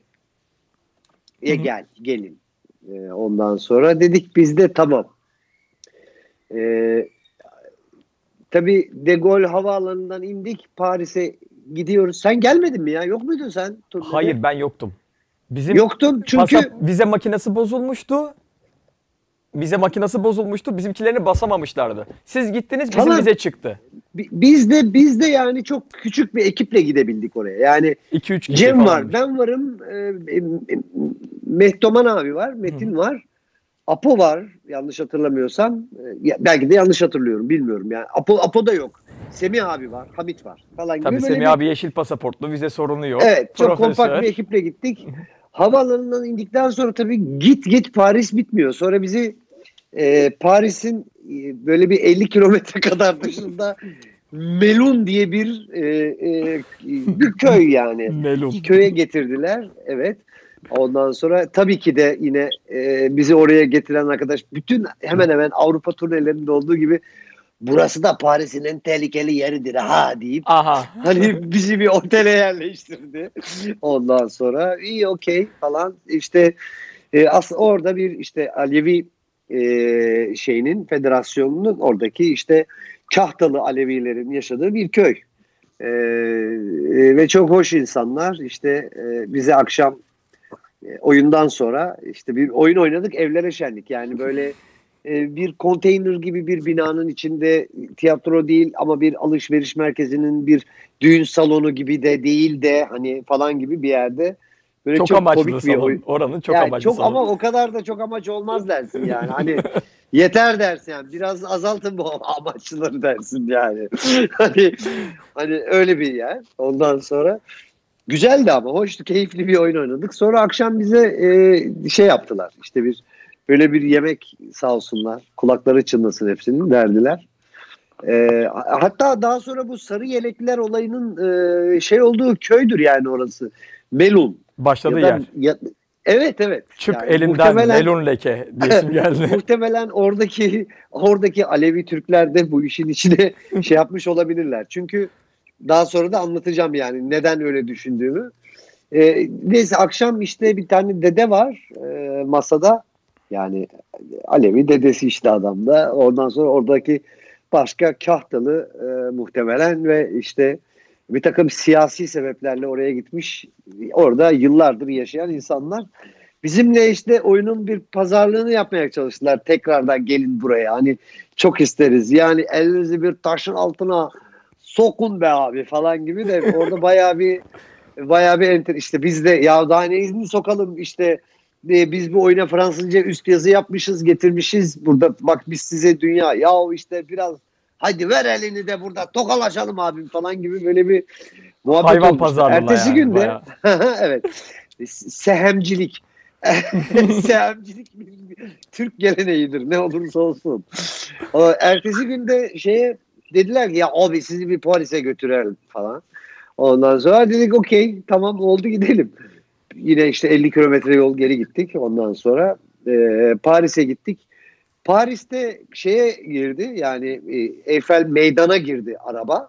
Gelin. Ondan sonra dedik biz de tamam. Tabii De Gaulle havaalanından indik, Paris'e gidiyoruz. Sen gelmedin mi ya? Yok muydun sen turnede? Hayır ben yoktum. Bizim Yoktum çünkü vize makinesi bozulmuştu. Vize makinesi bozulmuştu. Bizimkilerini basamamışlardı. Siz gittiniz bizim Tamam. vize çıktı. biz de yani çok küçük bir ekiple gidebildik oraya. Yani 2-3 kişi Cem var, falanmış. ben varım, Mehtoman abi var, Metin var, Apo var yanlış hatırlamıyorsam. Belki de yanlış hatırlıyorum bilmiyorum yani. Apo da yok. Semih abi var, Hamit var falan gibi. Tabii böyle Semih bir- abi yeşil pasaportlu, vize sorunu yok. Evet, çok Profesör. kompakt bir ekiple gittik. Havaalanından indikten sonra tabii git Paris bitmiyor. Sonra bizi Paris'in böyle bir 50 kilometre kadar dışında Melun diye bir köy yani. Melun. Köye getirdiler. Evet. Ondan sonra tabii ki de yine bizi oraya getiren arkadaş bütün hemen hemen Avrupa turnelerinde olduğu gibi burası da Paris'in en tehlikeli yeridir ha deyip Aha. hani bizi bir otele yerleştirdi. Ondan sonra iyi okey falan işte aslında orada bir işte Alevi federasyonunun oradaki işte Kahtalı Alevilerin yaşadığı bir köy. Ve çok hoş insanlar işte bize akşam oyundan sonra işte bir oyun oynadık, evlere şenlik yani böyle bir konteyner gibi bir binanın içinde tiyatro değil ama bir alışveriş merkezinin bir düğün salonu gibi de değil de hani falan gibi bir yerde Böyle Çok çok amaçlı komik bir salon. oyun. Oranın çok Yani amaçlı çok salonu. ama o kadar da çok amaç olmaz dersin yani. Hani yeter dersin yani. Biraz azaltın bu amaçları dersin yani. Hani hani öyle bir yer. Ondan sonra güzeldi ama hoştu, keyifli bir oyun oynadık. Sonra akşam bize şey yaptılar. İşte böyle bir yemek sağ olsunlar. Kulakları çınlasın hepsinin derdiler. Hatta daha sonra bu sarı yelekliler olayının şey olduğu köydür yani orası. Melun. Başladığı Ya da yer. evet evet. Çık Yani elinden melun leke diyesim geldi. muhtemelen oradaki Alevi Türkler de bu işin içine şey yapmış olabilirler. Çünkü daha sonra da anlatacağım yani neden öyle düşündüğümü. Neyse akşam işte bir tane dede var masada. Yani Alevi dedesi işte adamda. Ondan sonra oradaki başka kahtalı muhtemelen ve işte bir takım siyasi sebeplerle oraya gitmiş. Orada yıllardır yaşayan insanlar. Bizimle işte oyunun bir pazarlığını yapmaya çalıştılar. Tekrardan gelin buraya. Hani çok isteriz. Yani elinizi bir taşın altına sokun be abi falan gibi de orada bayağı bir işte biz de ya daha ne izni sokalım işte biz bu oyuna Fransızca üst yazı yapmışız getirmişiz burada bak biz size dünya ya işte biraz hadi ver elini de burada tokalaşalım abim falan gibi böyle bir muhabbet Hayvan olmuştu. pazarlığına Ertesi yani, günde bayağı. evet sehemcilik sehemcilik bir Türk geleneğidir ne olursa olsun. Ertesi günde dediler ki ya abi sizi bir Paris'e götürelim falan. Ondan sonra dedik okey tamam oldu gidelim. Yine işte 50 kilometre yol geri gittik. Ondan sonra Paris'e gittik. Paris'te girdi yani Eyfel Meydan'a girdi araba.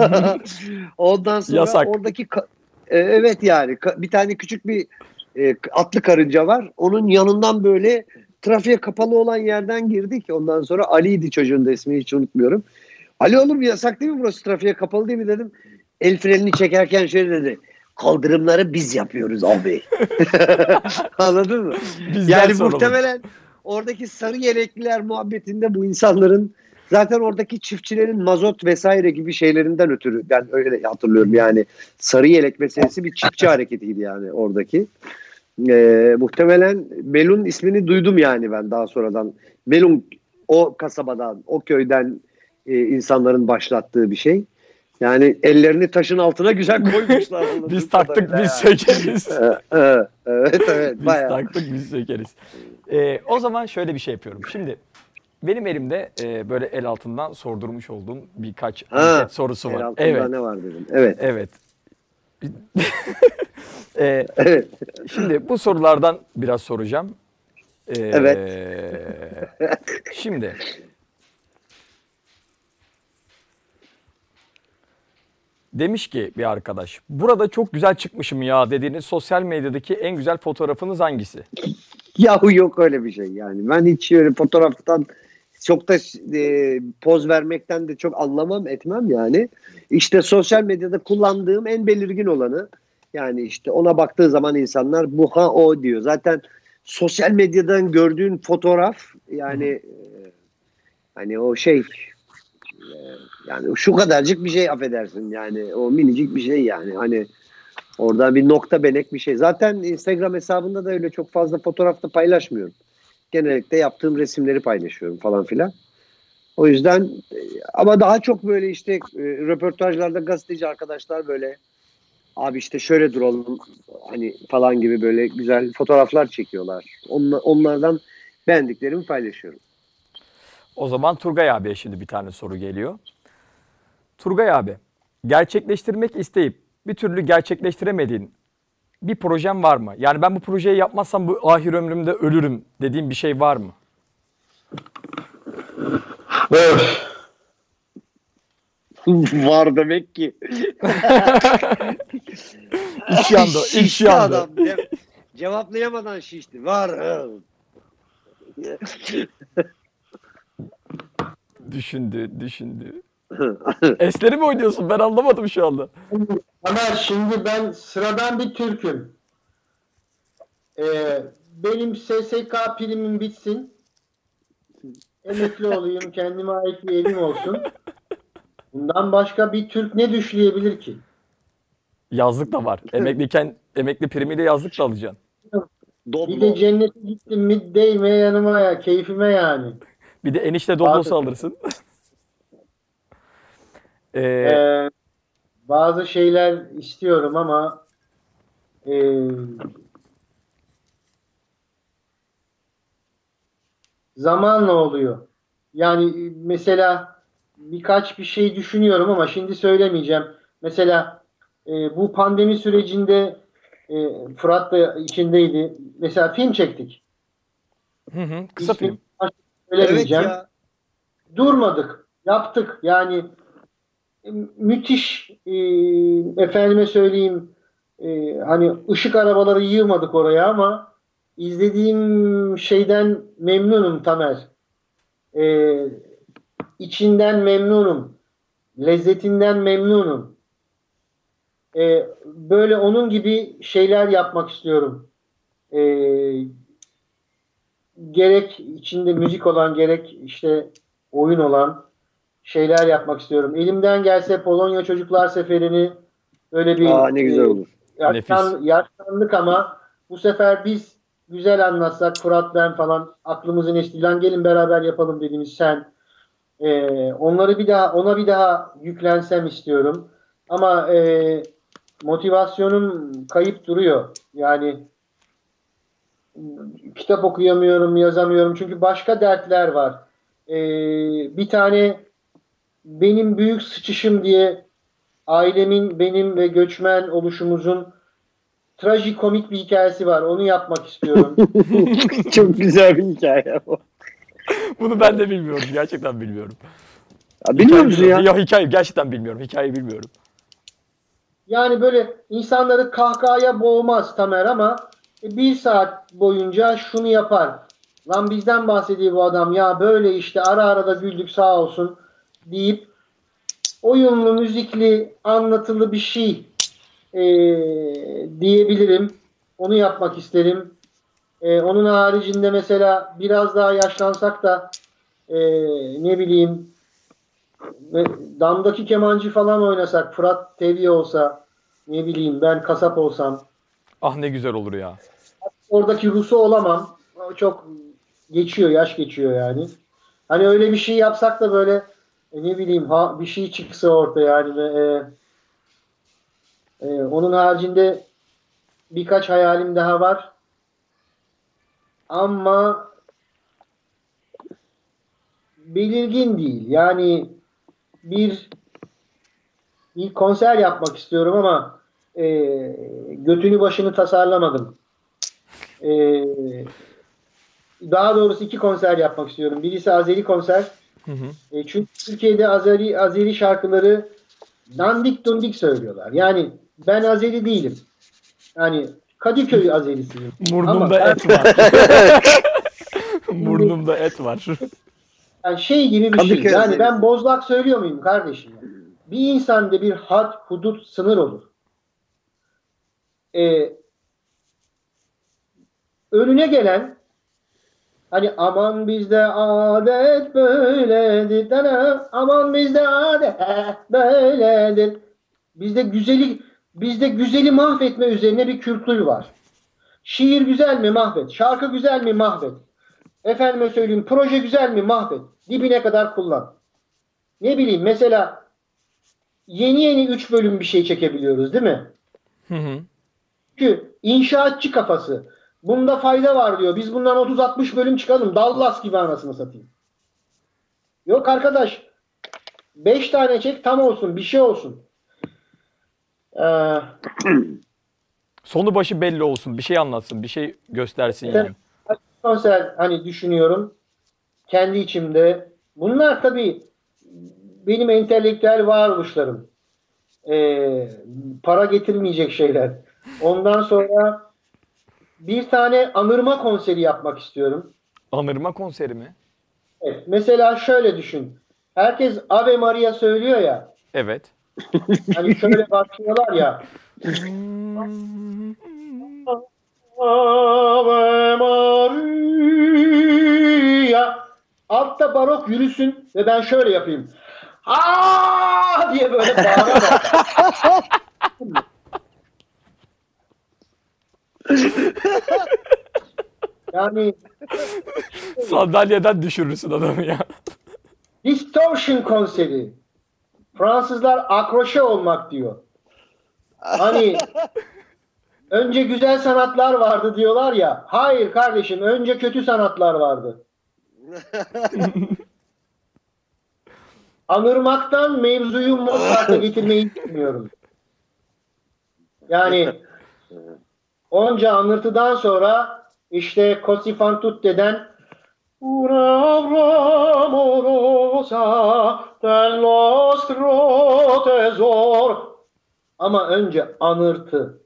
Ondan sonra Yasak. oradaki evet yani bir tane küçük bir atlı karınca var. Onun yanından böyle trafiğe kapalı olan yerden girdik. Ondan sonra Ali'ydi çocuğun da ismini hiç unutmuyorum. Ali oğlum yasak değil mi burası trafiğe kapalı değil mi dedim. El frenini çekerken şöyle dedi. Kaldırımları biz yapıyoruz abi. Anladın mı? Bizden Yani sorulur. muhtemelen oradaki sarı yelekliler muhabbetinde bu insanların zaten oradaki çiftçilerin mazot vesaire gibi şeylerinden ötürü ben öyle hatırlıyorum yani sarı yelek meselesi bir çiftçi hareketiydi yani oradaki. Muhtemelen Melun ismini duydum yani ben daha sonradan. Melun o kasabadan, o köyden insanların başlattığı bir şey. Yani ellerini taşın altına güzel koymuşlar. Biz taktık biz sökeriz. Evet Biz bayağı. taktık biz sökeriz. O zaman şöyle bir şey yapıyorum. Şimdi benim elimde böyle el altından sordurmuş olduğum birkaç anket sorusu El var. altında Evet. ne var dedim. Evet. Evet. Evet. Şimdi bu sorulardan biraz soracağım. Evet. Şimdi demiş ki bir arkadaş, burada çok güzel çıkmışım ya dediğiniz sosyal medyadaki en güzel fotoğrafınız hangisi? Yahu yok öyle bir şey yani. Ben hiç öyle fotoğraftan çok da poz vermekten de çok anlamam etmem yani. İşte sosyal medyada kullandığım en belirgin olanı yani işte ona baktığı zaman insanlar bu o diyor. Zaten sosyal medyadan gördüğün fotoğraf yani hani o yani şu kadarcık bir şey affedersin yani o minicik bir şey yani hani orada bir nokta benek bir şey. Zaten Instagram hesabında da öyle çok fazla fotoğrafta paylaşmıyorum. Genellikle yaptığım resimleri paylaşıyorum falan filan. O yüzden ama daha çok böyle işte röportajlarda gazeteci arkadaşlar böyle abi işte şöyle duralım hani falan gibi böyle güzel fotoğraflar çekiyorlar. Onlardan beğendiklerimi paylaşıyorum. O zaman Turgay abiye şimdi bir tane soru geliyor. Turgay abi, gerçekleştirmek isteyip bir türlü gerçekleştiremediğin bir projem var mı? Yani ben bu projeyi yapmazsam bu ahir ömrümde ölürüm dediğin bir şey var mı? Var demek ki. İç yandı, iç Şişti yandı. adam. Cevaplayamadan şişti. Var. Düşündü. Esleri mi oynuyorsun? Ben anlamadım şu anda. Ömer şimdi ben sıradan bir Türk'üm. Benim SSK primim bitsin. Emekli olayım, kendime ait bir evim olsun. Bundan başka bir Türk ne düşleyebilir ki? Yazlık da var. Emekliyken Emekli primiyle yazlık da alacaksın. Bir de cennete gittim mi değme yanıma ya. Keyfime yani. Bir de enişte doblosu alırsın. Bazı şeyler istiyorum ama zamanla oluyor. Yani mesela birkaç bir şey düşünüyorum ama şimdi söylemeyeceğim. Mesela bu pandemi sürecinde Fırat da içindeydi. Mesela film çektik. Kısa İsmini film. söylemeyeceğim. Evet ya. Durmadık. Yaptık. Yani müthiş efendime söyleyeyim hani ışık arabaları yığmadık oraya ama izlediğim şeyden memnunum Tamer. İçinden memnunum. Lezzetinden memnunum. Böyle onun gibi şeyler yapmak istiyorum. Gerek içinde müzik olan gerek işte oyun olan şeyler yapmak istiyorum. Elimden gelse Polonya Çocuklar Seferi'ni öyle bir Ne güzel olur. yaşlandık ama bu sefer biz güzel anlatsak Fırat ben falan aklımızın estiğinden gelin beraber yapalım dediğimiz sen onları ona bir daha yüklensem istiyorum. Ama motivasyonum kayıp duruyor. Yani kitap okuyamıyorum, yazamıyorum. Çünkü başka dertler var. Bir tane benim büyük sıçışım diye ailemin, benim ve göçmen oluşumuzun trajikomik bir hikayesi var. Onu yapmak istiyorum. Çok güzel bir hikaye bu. Bunu ben de bilmiyorum. Gerçekten bilmiyorum. Ya, bilmiyor musun ya? Ya hikaye gerçekten bilmiyorum. Hikayeyi bilmiyorum. Yani böyle insanları kahkahaya boğmaz Tamer ama bir saat boyunca şunu yapar. Lan bizden bahsediyor bu adam ya böyle işte ara ara da güldük sağ olsun deyip oyunlu, müzikli, anlatılı bir şey diyebilirim. Onu yapmak isterim. Onun haricinde mesela biraz daha yaşlansak da ne bileyim damdaki kemancı falan oynasak, Fırat Tevye olsa, ne bileyim ben kasap olsam. Ah ne güzel olur ya. Oradaki Rus'u olamam. Çok geçiyor, yaş geçiyor yani. Hani öyle bir şey yapsak da böyle ne bileyim bir şey çıksa ortaya yani. Onun haricinde birkaç hayalim daha var. Ama belirgin değil. Yani bir konser yapmak istiyorum ama götünü başını tasarlamadım. Daha doğrusu 2 konser yapmak istiyorum. Birisi Azeri konser. Çünkü Türkiye'de Azeri şarkıları dandik dundik söylüyorlar. Yani ben Azeri değilim. Yani Kadıköy Azerisiyim. Burnumda et var. Burnumda et var. Yani şey gibi bir şey. Kadıköy Yani Azerisi. ben bozlak söylüyor muyum kardeşim? Bir insanda bir had, hudut, sınır olur. Önüne gelen hani aman bizde adet böyledir. Aman bizde adet böyledir. Bizde güzeli mahvetme üzerine bir kültür var. Şiir güzel mi mahvet. Şarkı güzel mi mahvet. Efendime söyleyeyim proje güzel mi mahvet. Dibine kadar kullan. Ne bileyim mesela yeni 3 bölüm bir şey çekebiliyoruz değil mi? Çünkü inşaatçı kafası. Bunda fayda var diyor. Biz bundan 30-60 bölüm çıkalım. Dallas gibi anasını satayım. Yok arkadaş. 5 tane çek tam olsun. Bir şey olsun. Sonu başı belli olsun. Bir şey anlatsın. Bir şey göstersin yani. Konser hani düşünüyorum. Kendi içimde. Bunlar tabii benim entelektüel varoluşlarım. Para getirmeyecek şeyler. Ondan sonra bir tane anırma konseri yapmak istiyorum. Anırma konseri mi? Evet, mesela şöyle düşün. Herkes Ave Maria söylüyor ya. Evet. Hani şöyle başlıyorlar ya. Ave Maria. Altta barok yürüsün ve ben şöyle yapayım. Aa diye böyle bağırarak. Yani Sandalyeden düşürürsün adamı ya. distortion konseri. Fransızlar akroşe olmak diyor. Hani önce güzel sanatlar vardı diyorlar ya. Hayır kardeşim, önce kötü sanatlar vardı. Anırmaktan mevzuyu Mozart'a getirmeyi düşünüyorum. Yani onca anırtıdan sonra işte Così fan tutte'den Una amorosa del nostro tesor. Ama önce anırtı.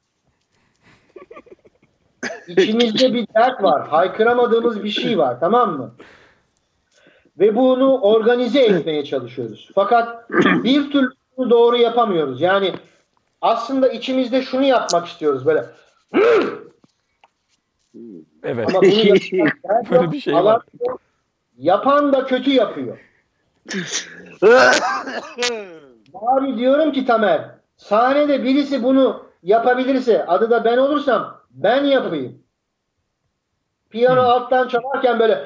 İçimizde bir dert var. Haykıramadığımız bir şey var, tamam mı? Ve bunu organize etmeye çalışıyoruz. Fakat bir türlü bunu doğru yapamıyoruz. Yani aslında içimizde şunu yapmak istiyoruz böyle. Evet. Ama bunu yapan Böyle bir şey var. Yapan da kötü yapıyor. Bari diyorum ki Tamer, sahnede birisi bunu yapabilirse, adı da ben olursam ben yapayım. Piyano alttan çalarken böyle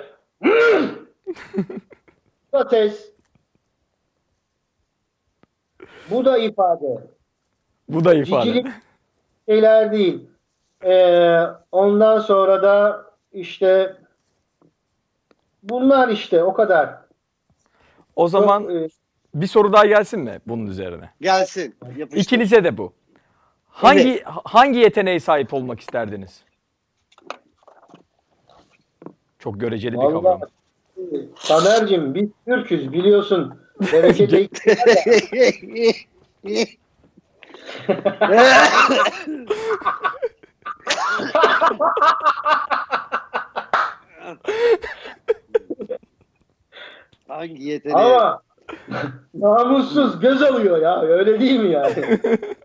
bu da ses. Bu da ifade. Bu da ifade. Cicilik şeyler değil. Ondan sonra da işte bunlar işte o kadar. O zaman Çok, bir soru daha gelsin mi bunun üzerine? Gelsin. Yapıştır. İkinize de bu. Hangi yeteneğe sahip olmak isterdiniz? Çok göreceli bir kavram. vallahi Tamer'cim biz Türk'üz biliyorsun. Berekete Hangi yeteneği? ama namussuz göz alıyor ya. Öyle değil mi yani?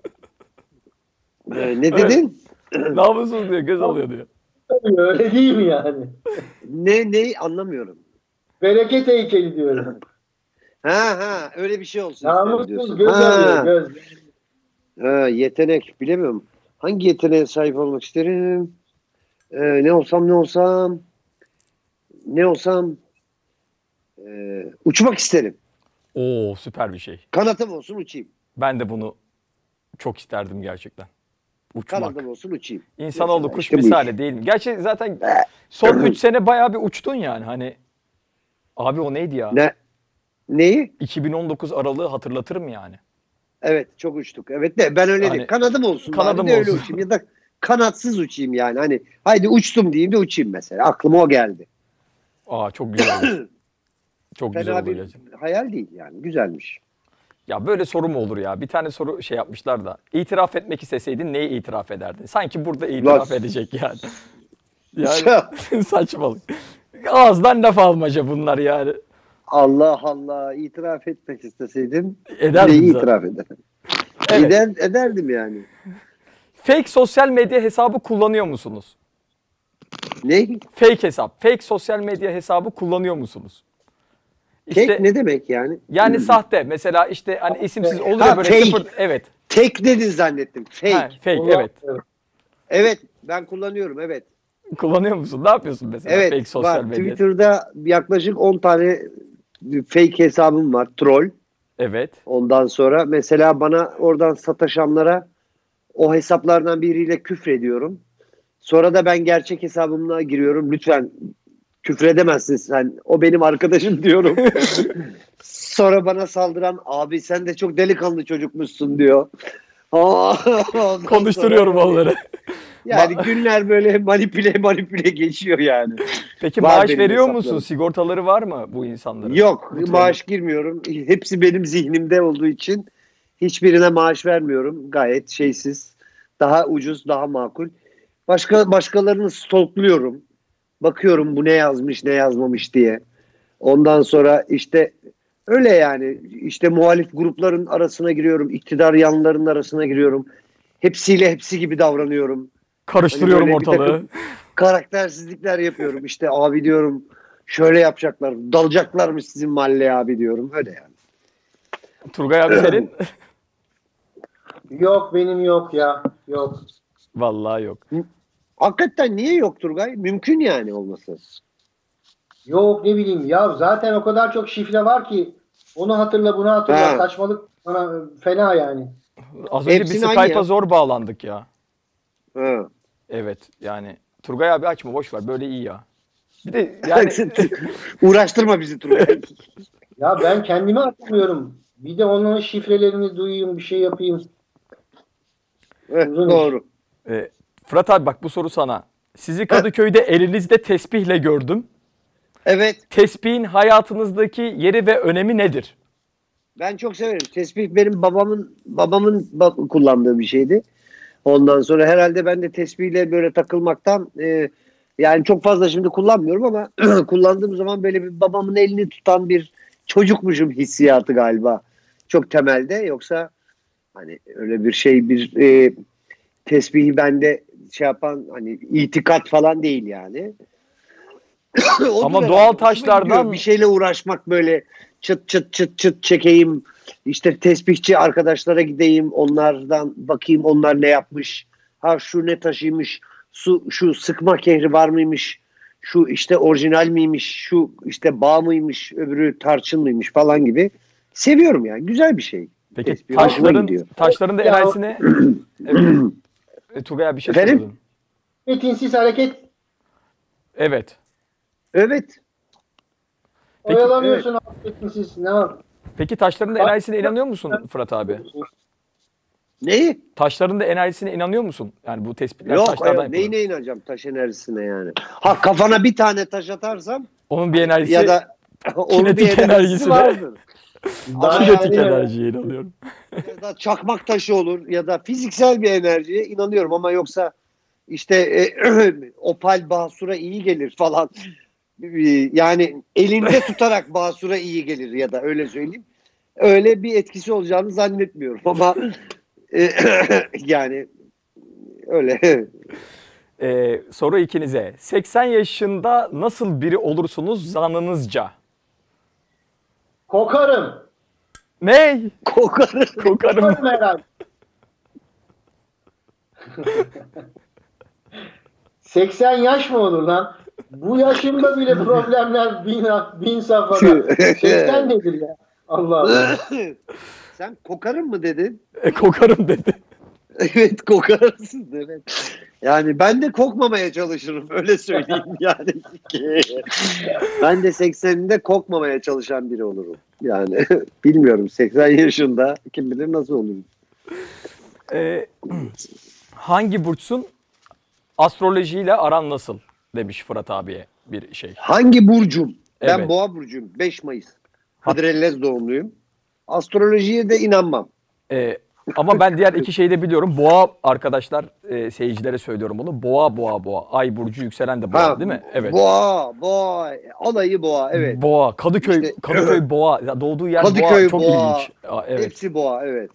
Ne dedin? Namussuz diyor, göz alıyor diyor. Öyle değil mi yani? Ne anlamıyorum. Bereket heykeli diyorum. Ha öyle bir şey olsun Namussuz diyorsun. göz alıyor. Göz. Yetenek bilemiyorum. Hangi yeteneğe sahip olmak isterim? Ne olsam uçmak isterim. Oo, süper bir şey. Kanatım olsun uçayım. Ben de bunu çok isterdim gerçekten. Uçmak. Kanadım olsun uçayım. İnsanoğlu Mesela kuş işte bu misali iş. değil mi? Gerçi zaten son 3 sene bayağı bir uçtun yani. Hani abi o neydi ya? Neyi? 2019 aralığı hatırlatırım yani. Evet çok uçtuk. Evet de ben öyle Hani değil. Kanadım olsun. kanadım Bari de öyle olsun. uçayım. Ya da kanatsız uçayım yani. Hani haydi uçtum diyeyim de uçayım mesela. Aklıma o geldi. Aa, çok güzel olur. Çok güzel Fena olur bir gerçekten. hayal değil yani. Güzelmiş. Ya böyle soru mu olur ya? Bir tane soru şey yapmışlar da. İtiraf etmek isteseydin neyi itiraf ederdin? Sanki burada itiraf edecek yani. Yani saçmalık. Ağızdan laf almaca bunlar yani. Allah Allah. İtiraf etmek isteseydim Ederdim neyi zaten. itiraf ederim? Evet. Ederdim yani. Fake sosyal medya hesabı kullanıyor musunuz? Ne? Fake hesap. Fake sosyal medya hesabı kullanıyor musunuz? Tek ne demek yani? Yani sahte. Mesela işte hani isimsiz oluyor Ha, böyle fake. sıfır. Evet. Tek dedin zannettim. Fake. Ha, fake Allah- evet. Evet ben kullanıyorum evet. Kullanıyor musun? Ne yapıyorsun mesela Evet fake sosyal var. medya? Twitter'da yaklaşık 10 tane fake hesabım var. Troll. Evet. Ondan sonra mesela bana oradan sataşanlara o hesaplardan biriyle küfrediyorum. Sonra da ben gerçek hesabımla giriyorum. Lütfen küfredemezsin sen. O benim arkadaşım diyorum. Sonra bana saldıran abi sen de çok delikanlı çocukmuşsun diyor. Ondan Konuşturuyorum sonra- onları. Yani günler böyle manipüle geçiyor yani. Peki Var maaş benim veriyor hesaplarım. musun? Sigortaları var mı bu insanların? Yok Bu maaş girmiyorum. Hepsi benim zihnimde olduğu için hiçbirine maaş vermiyorum. Gayet şeysiz. Daha ucuz, daha makul. Başkalarını stalkluyorum. Bakıyorum bu ne yazmış, ne yazmamış diye. Ondan sonra işte öyle yani. İşte muhalif grupların arasına giriyorum. İktidar yanlarının arasına giriyorum. Hepsi gibi davranıyorum. Karıştırıyorum Hani böyle bir ortalığı. takım karaktersizlikler yapıyorum. İşte abi diyorum şöyle yapacaklar. Dalacaklarmış sizin mahalleye abi diyorum. Öyle yani. Turgay abi senin? Yok benim yok ya. Yok. Vallahi yok. Hakikaten niye yok Turgay? Mümkün yani olması. Yok ne bileyim ya zaten o kadar çok şifre var ki onu hatırla bunu hatırla Ha. saçmalık bana fena yani. Az önce Hepsinin bir aynı Skype'a ya. zor bağlandık ya. Ha. Evet yani Turgay abi açma boş ver böyle iyi ya. Bir de yani Uğraştırma bizi Turgay. Ya ben kendimi hatırlıyorum. Bir de onun şifrelerini duyayım bir şey yapayım. Uzun Doğru. Fırat abi bak bu soru sana. Sizi Kadıköy'de elinizde tesbihle gördüm. Evet. Tesbihin hayatınızdaki yeri ve önemi nedir? Ben çok severim. Tesbih benim babamın kullandığı bir şeydi. Ondan sonra herhalde ben de tesbihle böyle takılmaktan yani çok fazla şimdi kullanmıyorum ama kullandığım zaman böyle bir babamın elini tutan bir çocukmuşum hissiyatı galiba. Çok temelde yoksa hani öyle bir şey tesbihi bende şey yapan hani itikat falan değil yani. Odur Ama herhalde. doğal Hoşuma taşlardan- gidiyor. Bir şeyle uğraşmak böyle çıt çıt çıt çıt çekeyim. İşte tesbihçi arkadaşlara gideyim. Onlardan bakayım onlar ne yapmış. Ha şu ne taşıymış. Şu sıkma kehri var mıymış. Şu işte orijinal miymiş. Şu işte bağ mıymış. Öbürü tarçın mıymış falan gibi. Seviyorum yani. Güzel bir şey. Peki Tesbih hoşuma gidiyor. taşların da Ya- enerjisine... Evet. Turgay abi bir şey Efendim? soruyordun. Metinsiz hareket Evet. Evet. Peki, oyalanıyorsun metinsiz ne var? Peki taşların da enerjisine inanıyor musun Fırat abi? Neyi? Taşların da enerjisine inanıyor musun? Yani bu tespitler Yok taşlardan yok. yapılıyor. Neyine inanacağım taş enerjisine yani. Ha kafana bir tane taş atarsam Onun bir enerjisi ya da onun bir kinetik enerjisi de- vardır. Ama kinetik yani- enerjiye inanıyorum. Ya da çakmak taşı olur ya da fiziksel bir enerjiye inanıyorum ama yoksa işte opal basura iyi gelir falan. Yani elinde tutarak basura iyi gelir ya da öyle söyleyeyim. Öyle bir etkisi olacağını zannetmiyorum ama yani öyle. Soru ikinize. 80 yaşında nasıl biri olursunuz zannınızca? Kokarım. Ne? Kokarım. Kokarım. Kokarım herhalde. 80 yaş mı olur lan? Bu yaşımda bile problemler bin safhada. 80 nedir ya? Allah Allah. Sen kokarım mı dedin? Kokarım dedi. Evet kokarsın evet. Yani ben de kokmamaya çalışırım öyle söyleyeyim yani. Ben de 80'inde kokmamaya çalışan biri olurum. Yani bilmiyorum 80 yaşında kim bilir nasıl olurum. Hangi burçsun? Astrolojiyle aran nasıl? Demiş Fırat abiye bir şey. Hangi burcum? Ben Evet. Boğa burcuyum 5 Mayıs. Hıdrellez doğumluyum. Astrolojiye de inanmam. Ama ben diğer iki şeyi de biliyorum. Boğa arkadaşlar seyircilere söylüyorum bunu. Boğa. Ay burcu yükselen de boğa değil mi? Evet. Boğa. Olayı boğa evet. Boğa. Kadıköy İşte- Kadıköy boğa. Ya doğduğu yer Kadıköy boğa. Çok boğa. ilginç. Evet. Hepsi boğa evet.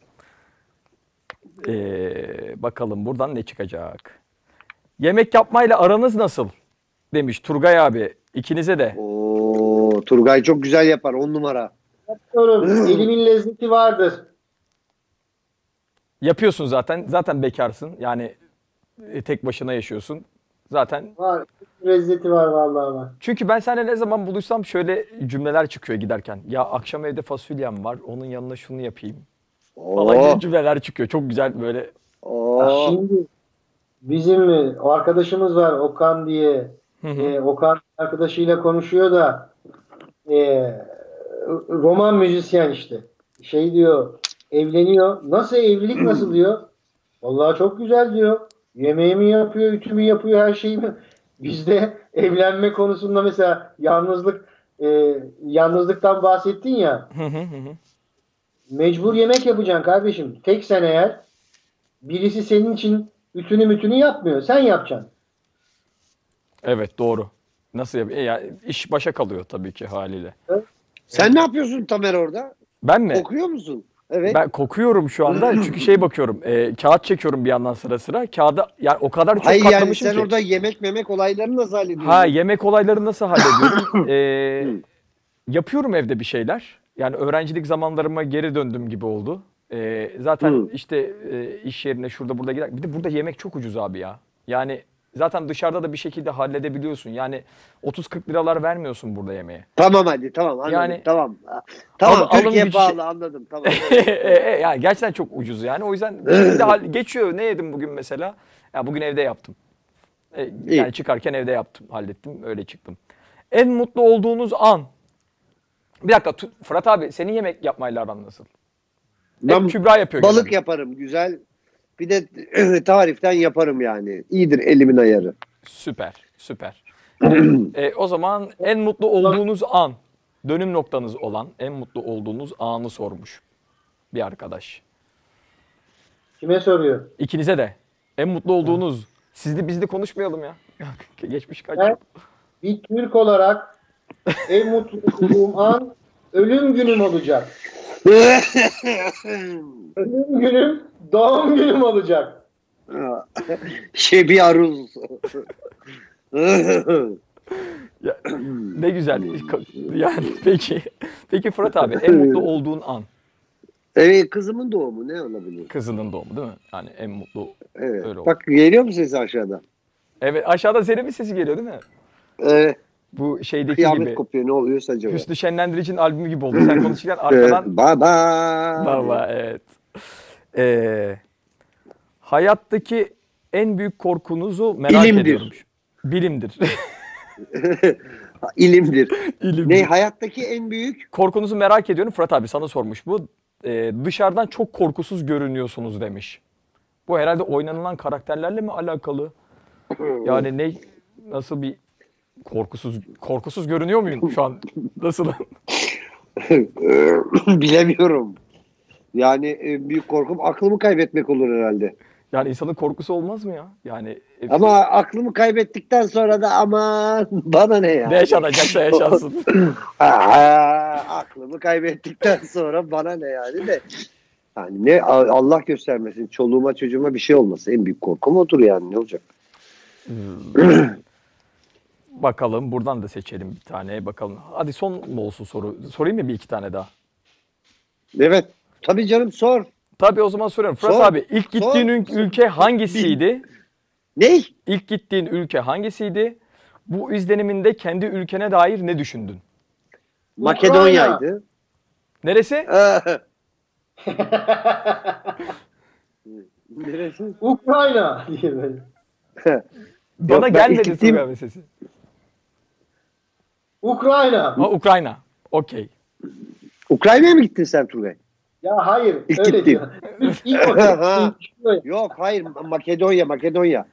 Bakalım buradan ne çıkacak? Yemek yapmayla aranız nasıl? Demiş Turgay abi. İkinize de. Oo, Turgay çok güzel yapar 10 numara. Yapıyorum. Elimin lezzeti vardır. Yapıyorsun zaten. Zaten bekarsın. Yani tek başına yaşıyorsun. Zaten Var. Lezzeti var vallahi var. çünkü ben seninle ne zaman bulursam şöyle cümleler çıkıyor giderken. Ya akşam evde fasulyem var. Onun yanına şunu yapayım. Falan Oo, gibi cümleler çıkıyor. Çok güzel böyle. Ya oo. şimdi bizim o arkadaşımız var Okan diye. Okan arkadaşıyla konuşuyor da roman müzisyen işte. Şey diyor evleniyor. Nasıl evlilik nasıl diyor. Vallahi çok güzel diyor. Yemeğimi yapıyor, ütümü yapıyor, her şeyimi. Bizde evlenme konusunda mesela yalnızlıktan bahsettin ya. Mecbur yemek yapacaksın kardeşim. Tek sen eğer birisi senin için ütünü yapmıyor. Sen yapacaksın. Evet doğru. Nasıl yapıyor? Ya, iş başa kalıyor tabii ki haliyle. Sen ne yapıyorsun Tamer orada? Ben mi? Kokuyor musun? Evet. Ben kokuyorum şu anda çünkü şey bakıyorum. Kağıt çekiyorum bir yandan sıra sıra. Kağıda yani o kadar çok Hayır yani katlamışım sen ki. orada yemek olaylarını nasıl hallediyorsun? Ha yemek olaylarını nasıl hallediyorum? Yapıyorum evde bir şeyler. Yani öğrencilik zamanlarıma geri döndüm gibi oldu. Zaten işte iş yerine şurada burada gider. Bir de burada yemek çok ucuz abi ya. Yani zaten dışarıda da bir şekilde halledebiliyorsun. Yani 30-40 liralar vermiyorsun burada yemeğe. Tamam hadi tamam anladım Yani- tamam. Tamam Alım Türkiye gücü- pahalı anladım tamam. Yani gerçekten çok ucuz yani. O yüzden bir şekilde geçiyor. Ne yedim bugün mesela? Ya bugün evde yaptım. Yani çıkarken evde yaptım, hallettim, öyle çıktım. En mutlu olduğunuz an. Bir dakika Fırat abi, senin yemek yapmayla aran nasıl? Hep Kübra yapıyor Balık genelde. yaparım güzel. Bir de tariften yaparım yani. İyidir elimin ayarı. Süper, süper. O zaman en mutlu olduğunuz an, dönüm noktanız olan en mutlu olduğunuz anı sormuş bir arkadaş. Kime soruyor? İkinize de en mutlu olduğunuz, sizli bizli konuşmayalım ya. Geçmiş kaç Ben yıl? bir Türk olarak en mutlu olduğum an ölüm günüm olacak. Ölüm günüm, doğum günüm olacak. Şebi Aruz. Ya, ne güzel. Yani peki Fırat abi, en mutlu olduğun an, Evet kızımın doğumu ne olabilir? kızının doğumu değil mi? Yani en mutlu Evet. öyle oldu. Bak geliyor mu sesi aşağıda? Evet, aşağıda Zeynep'in sesi geliyor değil mi? Evet. Bu şeydeki Kıyamet gibi. kopuyor ne oluyorsa acaba? Hüsnü Şenlendirici'nin albümü gibi oldu. Sen konuşurken arkadan Baba. baba, evet. Hayattaki en büyük korkunuzu merak İlimdir. ediyorum. Bilimdir. İlimdir. İlimdir. Ne hayattaki en büyük? Korkunuzu merak ediyorum. Fırat abi sana sormuş bu. Dışarıdan çok korkusuz görünüyorsunuz demiş. Bu herhalde oynanılan karakterlerle mi alakalı? Yani nasıl bir korkusuz görünüyor muyum şu an? Nasıl? Bilemiyorum. Yani en büyük korkum aklımı kaybetmek olur herhalde. Yani insanın korkusu olmaz mı ya? Yani Ama aklımı kaybettikten sonra da aman bana ne ya? ne yaşanacaksa yaşansın. Aklımı kaybettikten sonra bana ne yani de. Yani ne Allah göstermesin çoluğuma çocuğuma bir şey olmasın. En büyük korkum odur yani ne olacak? Bakalım buradan da seçelim bir tane bakalım. Hadi son mu olsun soru? Sorayım mı bir iki tane daha? Evet. Tabii canım sor. Tabii o zaman soruyorum. Fırat Sor. abi ilk gittiğin Sor. ülke hangisiydi? Ne? İlk gittiğin ülke hangisiydi? Bu izleniminde kendi ülkene dair ne düşündün? Makedonya'ydı. Neresi? Neresi? Ukrayna diye böyle. Bana ben gelmedi ilk gittiğim- Turgay Bey sesi. Ukrayna. Ha, Ukrayna. Okey. Ukrayna'ya mı gittin sen Turgay? Ya hayır. İlk öyle gittim. diyor. İlk o. Yok hayır Makedonya.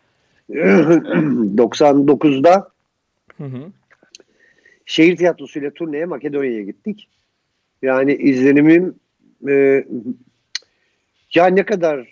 99'da Hı hı. şehir tiyatrosuyla turneye Makedonya'ya gittik. Yani izlenimim ya ne kadar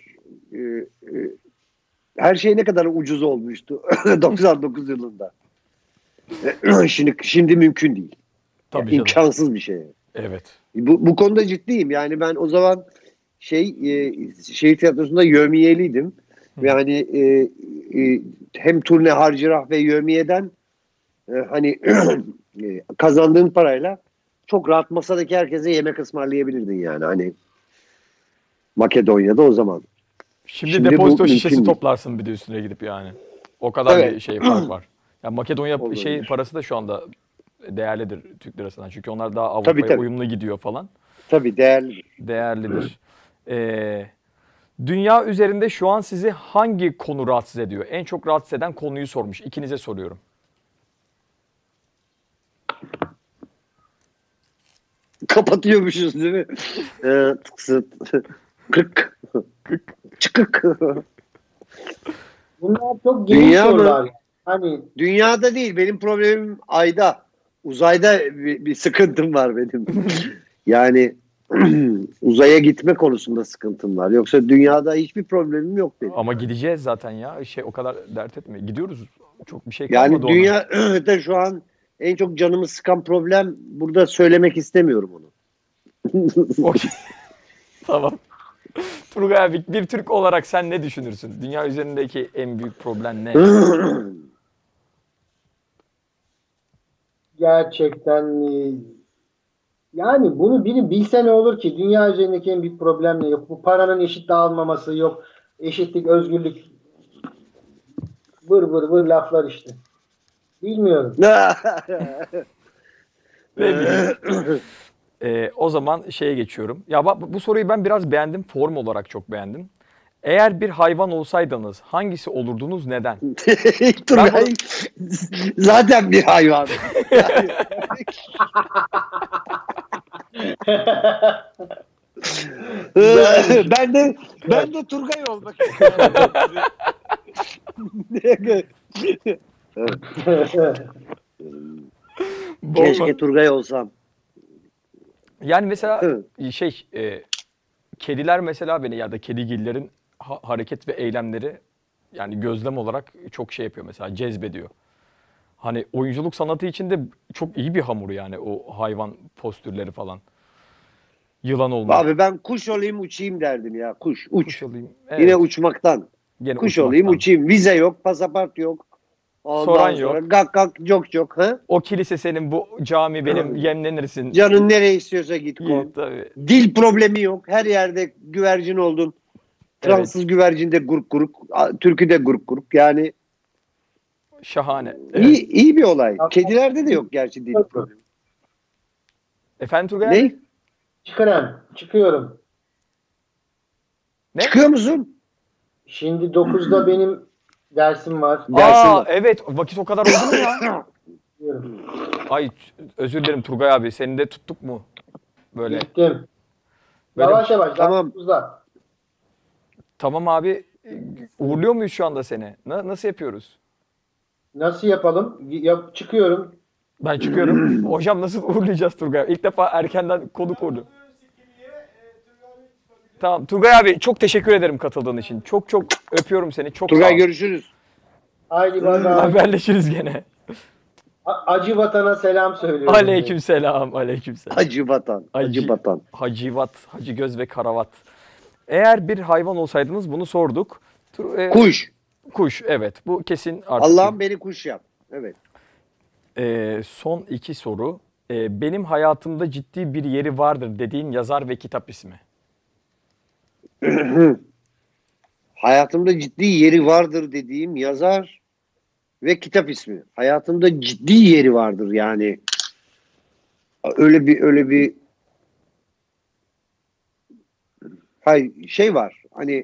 her şey ne kadar ucuz olmuştu 99 yılında. Şimdi mümkün değil. Tabii Yani canım. imkansız bir şey. Evet. Bu konuda ciddiyim. Yani ben o zaman şehir tiyatrosunda yevmiyeliydim. Yani hem turne harcırah ve yevmiyeden hani kazandığın parayla çok rahat masadaki herkese yemek ısmarlayabilirdin yani hani Makedonya'da o zaman. Şimdi bu depozito mümkün şişesi değil. toplarsın bir de üstüne gidip yani. O kadar Evet. bir şey fark var. Ya Makedonya Olabilir. parası da şu anda değerlidir Türk lirasından. Çünkü onlar daha Avrupa'ya Tabii, tabii. uyumlu gidiyor falan. Tabii değerli. Değerlidir. Dünya üzerinde şu an sizi hangi konu rahatsız ediyor? En çok rahatsız eden konuyu sormuş. İkinize soruyorum. Kapatıyormuşuz değil mi? Kık. Çıkık. Bunlar çok geniş Dünya mı? sorular. Hani Dünyada değil. Benim problemim ayda. Uzayda bir sıkıntım var benim. Yani uzaya gitme konusunda sıkıntım var. Yoksa dünyada hiçbir problemim yok benim. Ama gideceğiz zaten ya. O kadar dert etme. Gidiyoruz. Çok bir şey kalmadı Yani ona. dünyada şu an en çok canımı sıkan problem burada söylemek istemiyorum onu. Okey. Tamam. Turgay abi bir Türk olarak sen ne düşünürsün? Dünya üzerindeki en büyük problem ne? gerçekten yani bunu biri bilse ne olur ki? Dünya üzerindeki en büyük problem ne? Yok bu paranın eşit dağılmaması, yok eşitlik, özgürlük. vır vır vır laflar işte. Bilmiyorum. O zaman şeye geçiyorum. Ya bak, bu soruyu ben biraz beğendim. Form olarak çok beğendim. Eğer bir hayvan olsaydınız hangisi olurdunuz, neden? Turgay zaten bir hayvan. ben de Turgay olmak istiyorum. Keşke Turgay olsam. Yani mesela kediler mesela beni, ya da kedigillerin hareket ve eylemleri, yani gözlem olarak çok şey yapıyor mesela, cezbediyor. Hani oyunculuk sanatı içinde çok iyi bir hamur yani o hayvan postürleri falan. Yılan olmak. Abi ben kuş olayım uçayım derdim ya. Kuş, uç. Kuş olayım. Evet. Yine uçmaktan. Gene Kuş uçmaktan. olayım uçayım. Vize yok, pasaport yok. Ondan Soran sonra yok. gak gak cok cok. Ha? O kilise senin, bu cami benim, yemlenirsin. Canın nereye istiyorsa git İyi, kon. tabii. Dil problemi yok. Her yerde güvercin oldun. Fransız güvercin de guruk guruk. Türkü de guruk guruk. Yani Şahane. iyi bir olay. Kedilerde de yok gerçi dil problemi. Efendim Turgay abi? Ne? Çıkıyorum. Ne? Çıkıyor musun? Şimdi 9'da benim dersim var. Dersin var. Evet, vakit o kadar oldu mu ya? Çıkıyorum. Ay özür dilerim Turgay abi, seni de tuttuk mu? Böyle. Gittim. Böyle- Yavaş yavaş. Tamam. 9'da. Tamam abi, uğurluyor muyuz şu anda seni? Nasıl yapıyoruz? Nasıl yapalım? Çıkıyorum. Ben çıkıyorum. Hocam nasıl uğurlayacağız Turgay abi? İlk defa erkenden konuk oldu. Tamam Turgay abi, çok teşekkür ederim katıldığın için. Çok çok öpüyorum seni. Çok sağ Turgay ol. görüşürüz. Haydi bay bay. Haberleşiriz gene. Acı vatana selam söylüyorum. Aleykümselam. Aleykümselam. Hacı Vatan. Hacı Vatan. Hacivat, Hacı Göz ve Karavat. Eğer bir hayvan olsaydınız, bunu sorduk. Kuş. Kuş, evet. Bu kesin artık. Allah'ım beni kuş yap. Evet. Son iki soru. Benim hayatımda ciddi bir yeri vardır dediğin yazar ve kitap ismi. Hayatımda ciddi yeri vardır dediğim yazar ve kitap ismi. Hayatımda ciddi yeri vardır yani. Öyle bir şey var. Hani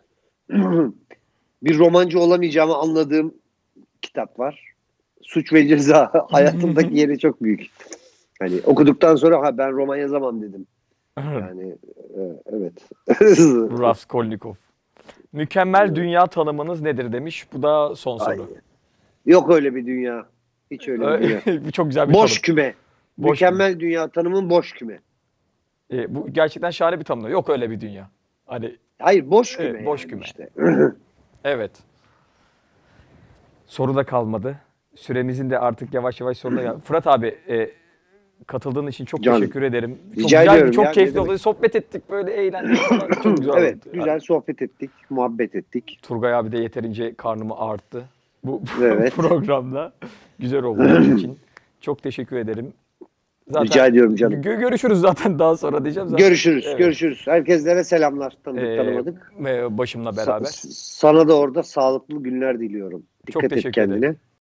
bir romancı olamayacağımı anladığım kitap var. Suç ve Ceza. Hayatımdaki yeri çok büyük. Hani okuduktan sonra ben roman yazamam dedim. Yani evet. Raskolnikov. Mükemmel dünya tanımınız nedir demiş. Bu da son soru. Ay, yok öyle bir dünya. Hiç öyle bir dünya. Bu çok güzel bir Boş tanım. küme. Boş Mükemmel dünya tanımın boş küme. Bu gerçekten şahane bir tanım. Yok öyle bir dünya. Hani Hayır boş küme. Evet, boş yani küme. işte. evet. Soru da kalmadı. Süremizin de artık yavaş yavaş sonuna geldi. Fırat abi, katıldığın için çok Canım. teşekkür ederim. Çok Rica güzel, ediyorum çok ya, keyifli ne oldu. demek. Sohbet ettik, böyle eğlendik falan. Çok güzel Evet, oldu. güzel sohbet ettik, muhabbet ettik. Turgay abi de yeterince karnımı ağarttı bu Evet. programda. Güzel oldu benim için. Çok teşekkür ederim. Zaten Rica ediyorum canım. Görüşürüz zaten daha sonra diyeceğim. Zaten. Görüşürüz, Evet. görüşürüz. Herkeslere selamlar, tanıdık tanımadık. Başımla beraber. Sana da orada sağlıklı günler diliyorum. Çok Dikkat et teşekkür ederim. kendine.